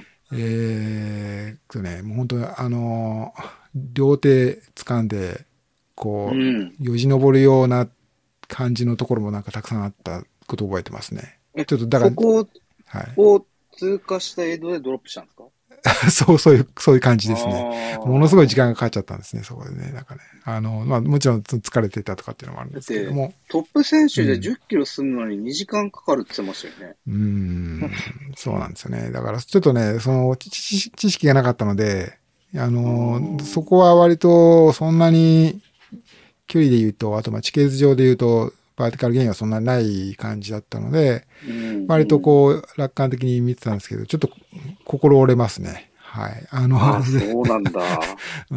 えーとね、もう本当にあの、両手掴んで、こう、うん、よじ登るような感じのところもなんかたくさんあったことを覚えてますね。 ちょっとだから、そこを通過した映像でドロップしたんですかそう、そういう、そういう感じですね。ものすごい時間がかかっちゃったんですね、そこでね。なんかね。あの、まあ、もちろん疲れてたとかっていうのもあるんですけども。 トップ選手でじゅっキロ進むのににじかんかかるって言ってましたよね。 うん、うんそうなんですよね。だから、ちょっとね、その知、知識がなかったので、あの、そこは割とそんなに距離で言うと、あとまあ地形図上で言うと、パーティカルゲインはそんなにない感じだったので、うん割とこう、楽観的に見てたんですけど、ちょっと心折れますね。はい。あの、 あそうなんだ。 うん。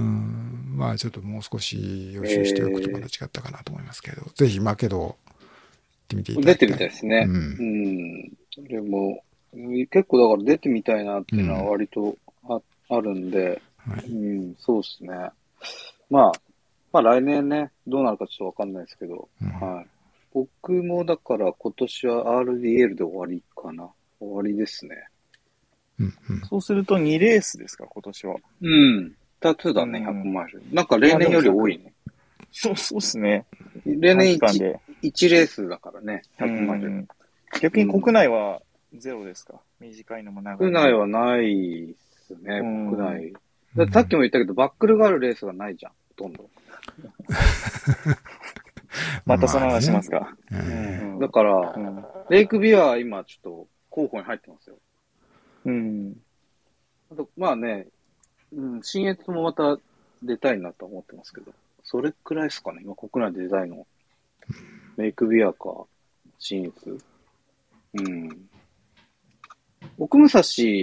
まあちょっともう少し予習しておくとまた違ったかなと思いますけど、えー、ぜひ、まあけど、行ってみていただきたい。 出てみたいですね。うん。うん、でも、結構だから出てみたいなっていうのは割とあうん、あるんで、はい、うん、そうですね。まあ、まあ来年ね、どうなるかちょっとわかんないですけど、うん、はい。僕もだから今年は アールディーエル で終わりかな。終わりですね。 うんうん、 そうするとにレースですか、今年は。 うん。ふたつだね、ひゃくマイル。なんか例年より多いね。 そう、そうっすね。 例年 1, いちレースだからね、ひゃくマイル。 逆に国内はゼロですか、うん、短いのも長いのも。 国内はないですね、国内。だってさっきも言ったけど、バックルがあるレースがないじゃん、ほとんど。 またその話しますか。 まあねうん、だから、うん、レイクビアは今ちょっと候補に入ってますよ。 うん。 あと、まあね、うん、新越もまた出たいなと思ってますけど、それくらいですかね、今国内で出たいの。レイクビアか、新越。うん。奥武蔵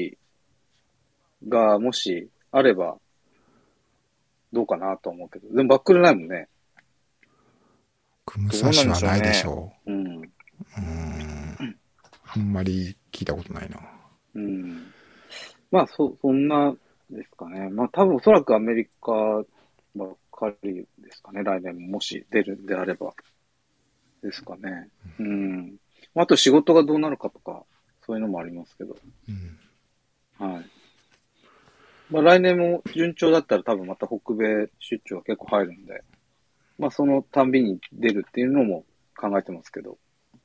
がもしあれば、どうかなと思うけど、でもバックルないもんね。 奥武蔵はないでしょう。 うん。うん。 あんまり聞いたことないな。 うん。まあ、そ、そんなですかね。まあ、多分おそらくアメリカばっかりですかね。来年ももし出るんであれば。ですかね。うん。あと仕事がどうなるかとか、そういうのもありますけど。 うん、 はい。 まあ来年も順調だったら多分また北米出張が結構入るんで、まあそのたんびに出るっていうのも考えてますけど。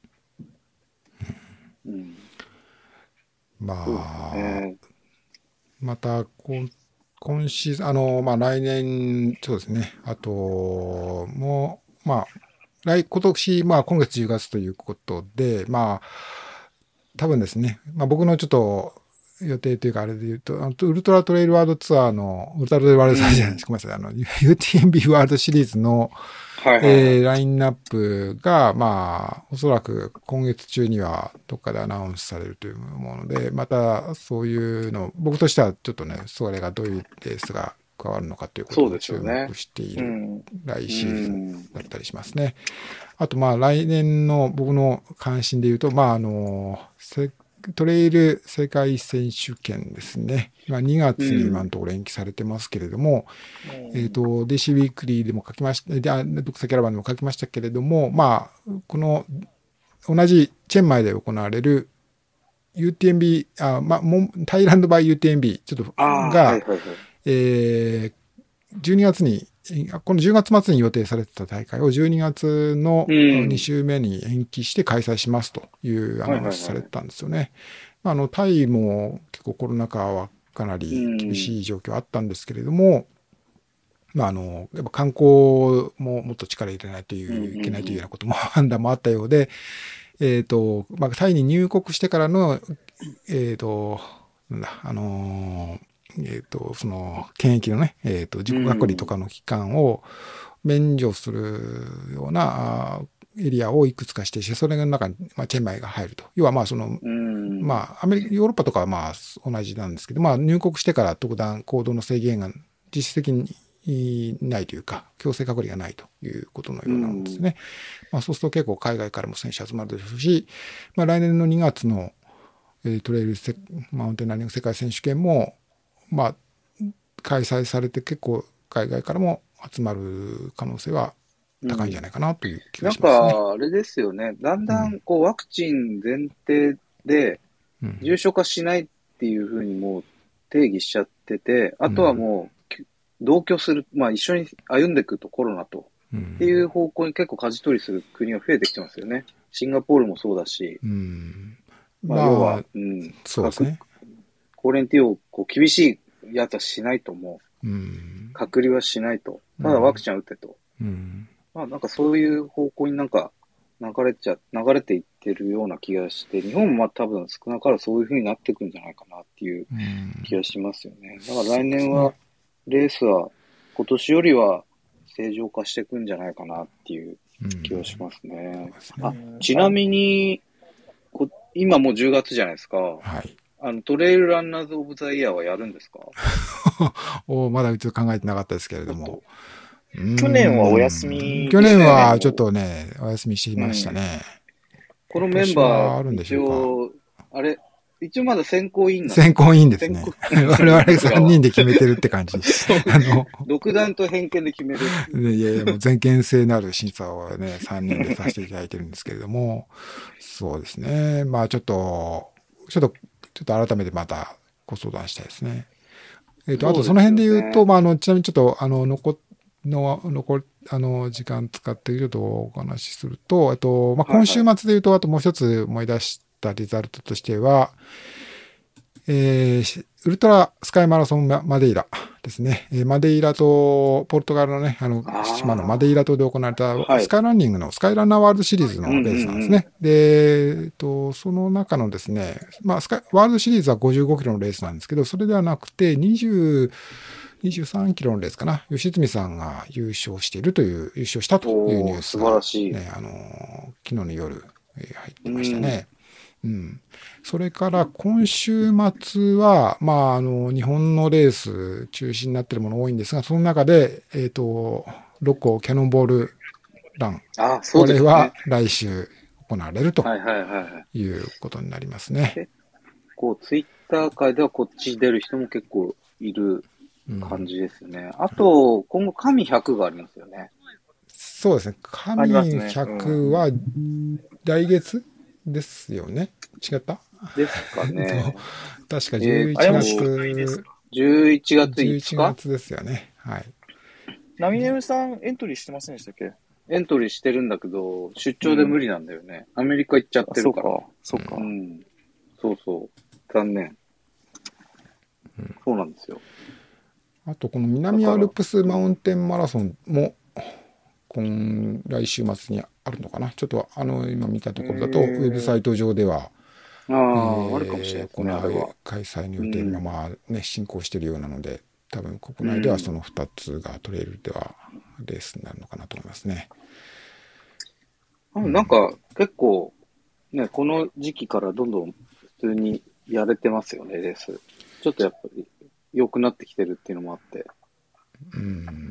うん。 まあ、ね、また今、今シーズン、あの、まあ来年、そうですね。あと、もう、まあ、来、今年、まあ今月じゅうがつということで、まあ、多分ですね、まあ僕のちょっと予定というかあれで言うと、あのウルトラトレイルワールドツアーの、ウルトラトレイルワールドツアーじゃないですか、ごめんなさい、あの、ユーティーエムビー ワールドシリーズの、はいはいはい、えー、ラインナップが、まあ、おそらく今月中にはどっかでアナウンスされるというもので、またそういうの、僕としてはちょっとね、それがどういうレースが加わるのかということを注目している来シーズンだったりしますね。あと、まあ、来年の僕の関心で言うと、まあ、あの、トレイル世界選手権ですね。今にがつに今のところ延期されてますけれども、うん、えっ、ー、と、ディーシー ウィークリーでも書きました、で、ドクサキャラバンでも書きましたけれども、まあ、この、同じチェンマイで行われる ユーティーエムビー、あ、まあ、タイランドバイ ユーティーエムビー、ちょっと、が、はいはいはい、えー、じゅうにがつに、このじゅうがつ末に予定されてた大会をじゅうにがつのに週目に延期して開催しますというアナウンスされてたんですよね。あの、タイも結構コロナ禍はかなり厳しい状況あったんですけれども、まあ、あの、やっぱ観光ももっと力入れないといういけないというようなことも判断もあったようで、えっと、まあ、タイに入国してからの、えっと、なんだ、あのー、えっ、ー、と、その、検疫のね、えっ、ー、と、自己隔離とかの期間を免除するようなエリアをいくつか指定して、それの中に、まあ、チェンマイが入ると。要は、まあ、その、まあ、アメリカ、ヨーロッパとかはまあ、同じなんですけど、まあ、入国してから特段行動の制限が実質的にないというか、強制隔離がないということのようなんですね。まあ、そうすると結構海外からも選手集まるでしょうし、まあ、来年のにがつのトレイルマウンテンランニング世界選手権も、まあ、開催されて結構海外からも集まる可能性は高いんじゃないかなという気がしますね。 なんか、あれですよね。だんだん、こう、ワクチン前提で、重症化しないっていうふうにもう定義しちゃってて、あとはもう、同居する、まあ一緒に歩んでいくとコロナと、っていう方向に結構舵取りする国が増えてきてますよね。シンガポールもそうだし、 うんまあ、要は、うん、 そうですね。 コレンティをこう厳しいやつはしないと思う。うん、 隔離はしないと。ただワクチンは打ってと。 うん、 まあなんかそういう方向になんか流れちゃ、流れていってるような気がして、日本もまあ多分少なからそういう風になっていくんじゃないかなっていう気がしますよね。だから来年はレースは今年よりは正常化していくんじゃないかなっていう気がしますね。うん、あ、ちなみに、こ今もうじゅうがつじゃないですか。 はい。 あの、トレイルランナーズオブザイヤーはやるんですか？ おまだうち考えてなかったですけれども。 去年はお休み、 去年はちょっとね、お休みしてましたね。 うん、このメンバー、一応、あれ、一応まだ選考委員なんです選考委員ですね。我々さんにんで決めてるって感じ。 あの、独断と偏見で決める。 いやいや、もう全権性のある審査をね、さんにんでさせていただいてるんですけれども、そうですね。まあちょっと、ちょっと、ちょっと改めてまたご相談したいですね。えっと、あとその辺で言うと、まああの、ちなみにちょっと、あの、残の、残あの、時間使ってちょっとお話しすると、あと、まあ今週末で言うと、あともう一つ思い出したリザルトとしては、えー、ウルトラスカイマラソンマデイラですね。えー、マデイラと、ポルトガルのね、あの、島のマデイラ島で行われたスカイランニングのスカイランナーワールドシリーズのレースなんですね。で、えっと、その中のですね、まあ、スカイ、ワールドシリーズはごじゅうごキロのレースなんですけど、それではなくてにじゅう、にじゅうさんキロのレースかな。吉住さんが優勝しているという、優勝したというニュースが、ね、 素晴らしい。 あの、昨日の夜、えー、入ってましたね。うん。それから今週末は、まあ、あの、日本のレース中心になっているもの多いんですが、その中で、えっと、ロコキャノンボールラン。 あ、そうですね。 これは来週行われるとはいはいはい。 いうことになりますね。 結構、ツイッター界ではこっち出る人も結構いる感じですね。うん、あと、今後、神ひゃくがありますよね。 そうですね。神ひゃくは来月ですよね。違ったですかね。 確かじゅういちがつ、 えー、 じゅういちがついつか ?じゅういちがつですよね。はい。 ナミネムさんエントリーしてませんでしたっけ？ エントリーしてるんだけど、出張で無理なんだよね。うん、アメリカ行っちゃってるから。 そうか。そうか。 うん。そうそう。残念。うん、そうなんですよ。 あと、この南アルプスマウンテンマラソンも、今、来週末にあるのかな。ちょっと、あの、今見たところだと、ウェブサイト上では、 ああ、えー、あるかもしれないですね。 この開催の予定が、まあね、進行しているようなので、多分国内ではそのふたつがトレイルではレースになるのかなと思いますね。 うん、なんか、結構、ね、この時期からどんどん普通にやれてますよね、レース。ちょっとやっぱり良くなってきてるっていうのもあって。 うん、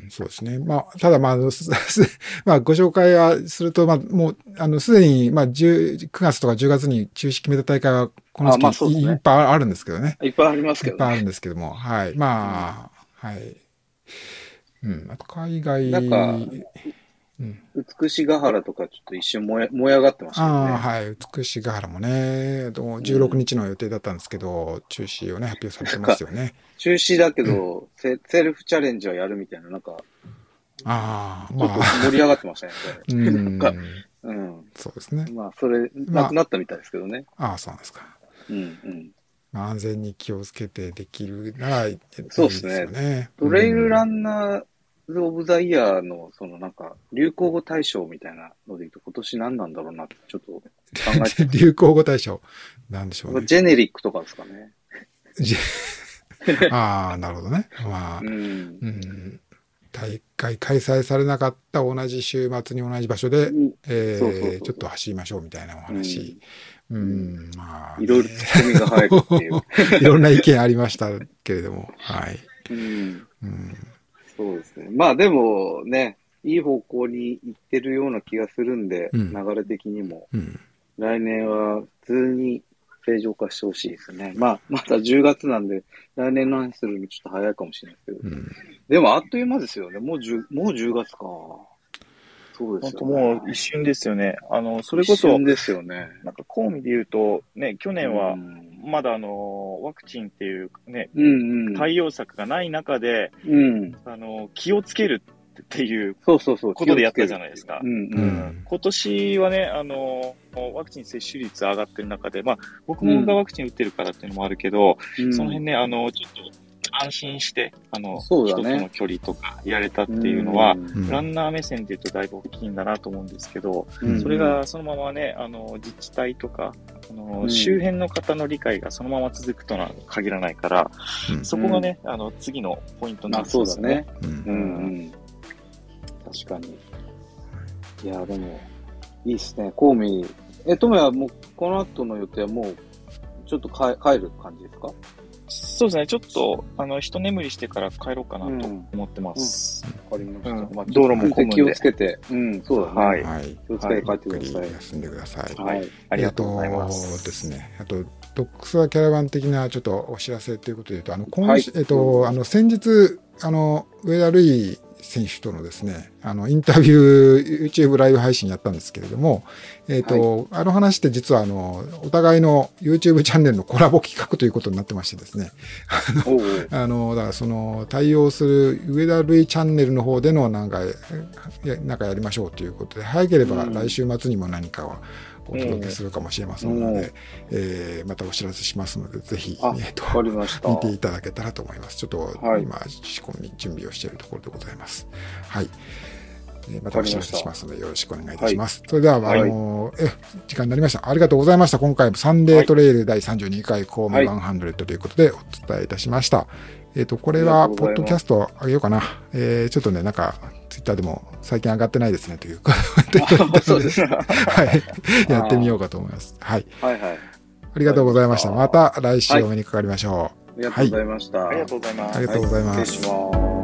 そうですね。まあ、ただ、まあ、まあ、ご紹介はすると、まあ、もう、あの、すでに、まあ、くがつとかじゅうがつに中止決めた大会は、この時期、いっぱいあるんですけどね。 いっぱいありますけどね。 いっぱいあるんですけども、はい。まあ、うん、はい。うん、あと海外。 なんか、うん、美しが原とかちょっと一瞬燃え、燃え上がってましたね。ああ、はい。美しが原もね、じゅうろくにちの予定だったんですけど、うん、中止をね、発表されてますよね。 中止だけど、うん、セルフチャレンジはやるみたいな、なんか、 ああ、 まあ。ちょっと盛り上がってましたね。 うん。 なんか、うん。 そうですね。 まあ、それ、なくなったみたいですけどね。 まあ、ああ、そうなんですか。 うん、うん。 まあ、安全に気をつけてできるならいいですよね。 そうですね。トレイルランナー、オブザイヤーの、そのなんか、流行語大賞みたいなので言うと、今年何なんだろうなってちょっと考えて流行語大賞。なんでしょうね。 ジェネリックとかですかね。 ああ、なるほどね。まあ、うん、うん。大会開催されなかった同じ週末に同じ場所で、えちょっと走りましょうみたいなお話。うん、うんまあ、 いろいろツッコミが入るっていう。 いろんな意見ありましたけれども、はい。 うんうんそうですね。まあでもね、いい方向に行ってるような気がするんで、うん、流れ的にも、うん、来年は普通に正常化してほしいですね。まあ、まだじゅうがつなんで、来年の話するのちょっと早いかもしれないですけど、うん、でもあっという間ですよね。もうじゅう、もうじゅうがつか。そうですよね。 もう一瞬ですよね。あの、それこそ、 一瞬ですよね。 なんか、こう見で言うと、ね、去年は、まだあの、ワクチンっていうね、 うんうん、 対応策がない中で、 うん、 あの、気をつけるっていうそうそうそうことでやったじゃないですか。 うんうん、 今年はね、あの、ワクチン接種率上がってる中で、まあ、僕もがワクチン打ってるからっていうのもあるけど、うん、その辺ね、あの、ちょっと、安心して、あの、ね、人との距離とかやれたっていうのは、うん、ランナー目線で言うとだいぶ大きいんだなと思うんですけど、うん、それがそのままね、あの、自治体とか、あの、うん、周辺の方の理解がそのまま続くとは限らないから、うん、そこがね、あの、次のポイントになるんですよね。 そうだね。うんうん、確かに。いや、でも、いいっすね。コウミ、え、トメはもう、この後の予定はもう、ちょっと帰る感じですか？ そうですね。ちょっと、あの、一眠りしてから帰ろうかなと思ってます。 わ、うんうん、かりました。うん、まあ、 道路も混むんで。 気をつけて。うん、そうだね。 はい。はい、 気をつけて帰ってください。 はい、休んでください。 はい。ありがとうございます。 えっとですね。あと、ドックスはキャラバン的なちょっとお知らせということで言うと、あの、今、はい、えっと、あの、先日、あの、上田瑠衣選手とのですね、あの、インタビュー、YouTube ライブ配信やったんですけれども、えっと、はい、あの話って実はあの、お互いの YouTube チャンネルのコラボ企画ということになってましてですね、あの、あのだからその、対応する上田瑠衣チャンネルの方でのなんか、なんかやりましょうということで、早ければ来週末にも何かは、お届けするかもしれませんので、うんえー、またお知らせしますので、ぜひ、えー、と見ていただけたらと思います。ちょっと、はい、今、仕込み、準備をしているところでございます。はい。えー、またお知らせしますので、よろしくお願いいたします。はい、それでは、あのー、え、時間になりました。ありがとうございました。今回もサンデートレイルだいさんじゅうにかいコーミひゃくということでお伝えいたしました。えっと、これは、ポッドキャスト上げようかな。えー、ちょっとね、なんか、ツイッターでも最近上がってないですねというか、 そうですね。 はい。やってみようかと思います。はい。 はいはい。 ありがとうございました。また来週お目にかかりましょう。 ありがとうございました。 ありがとうございます。 ありがとうございます。 失礼します。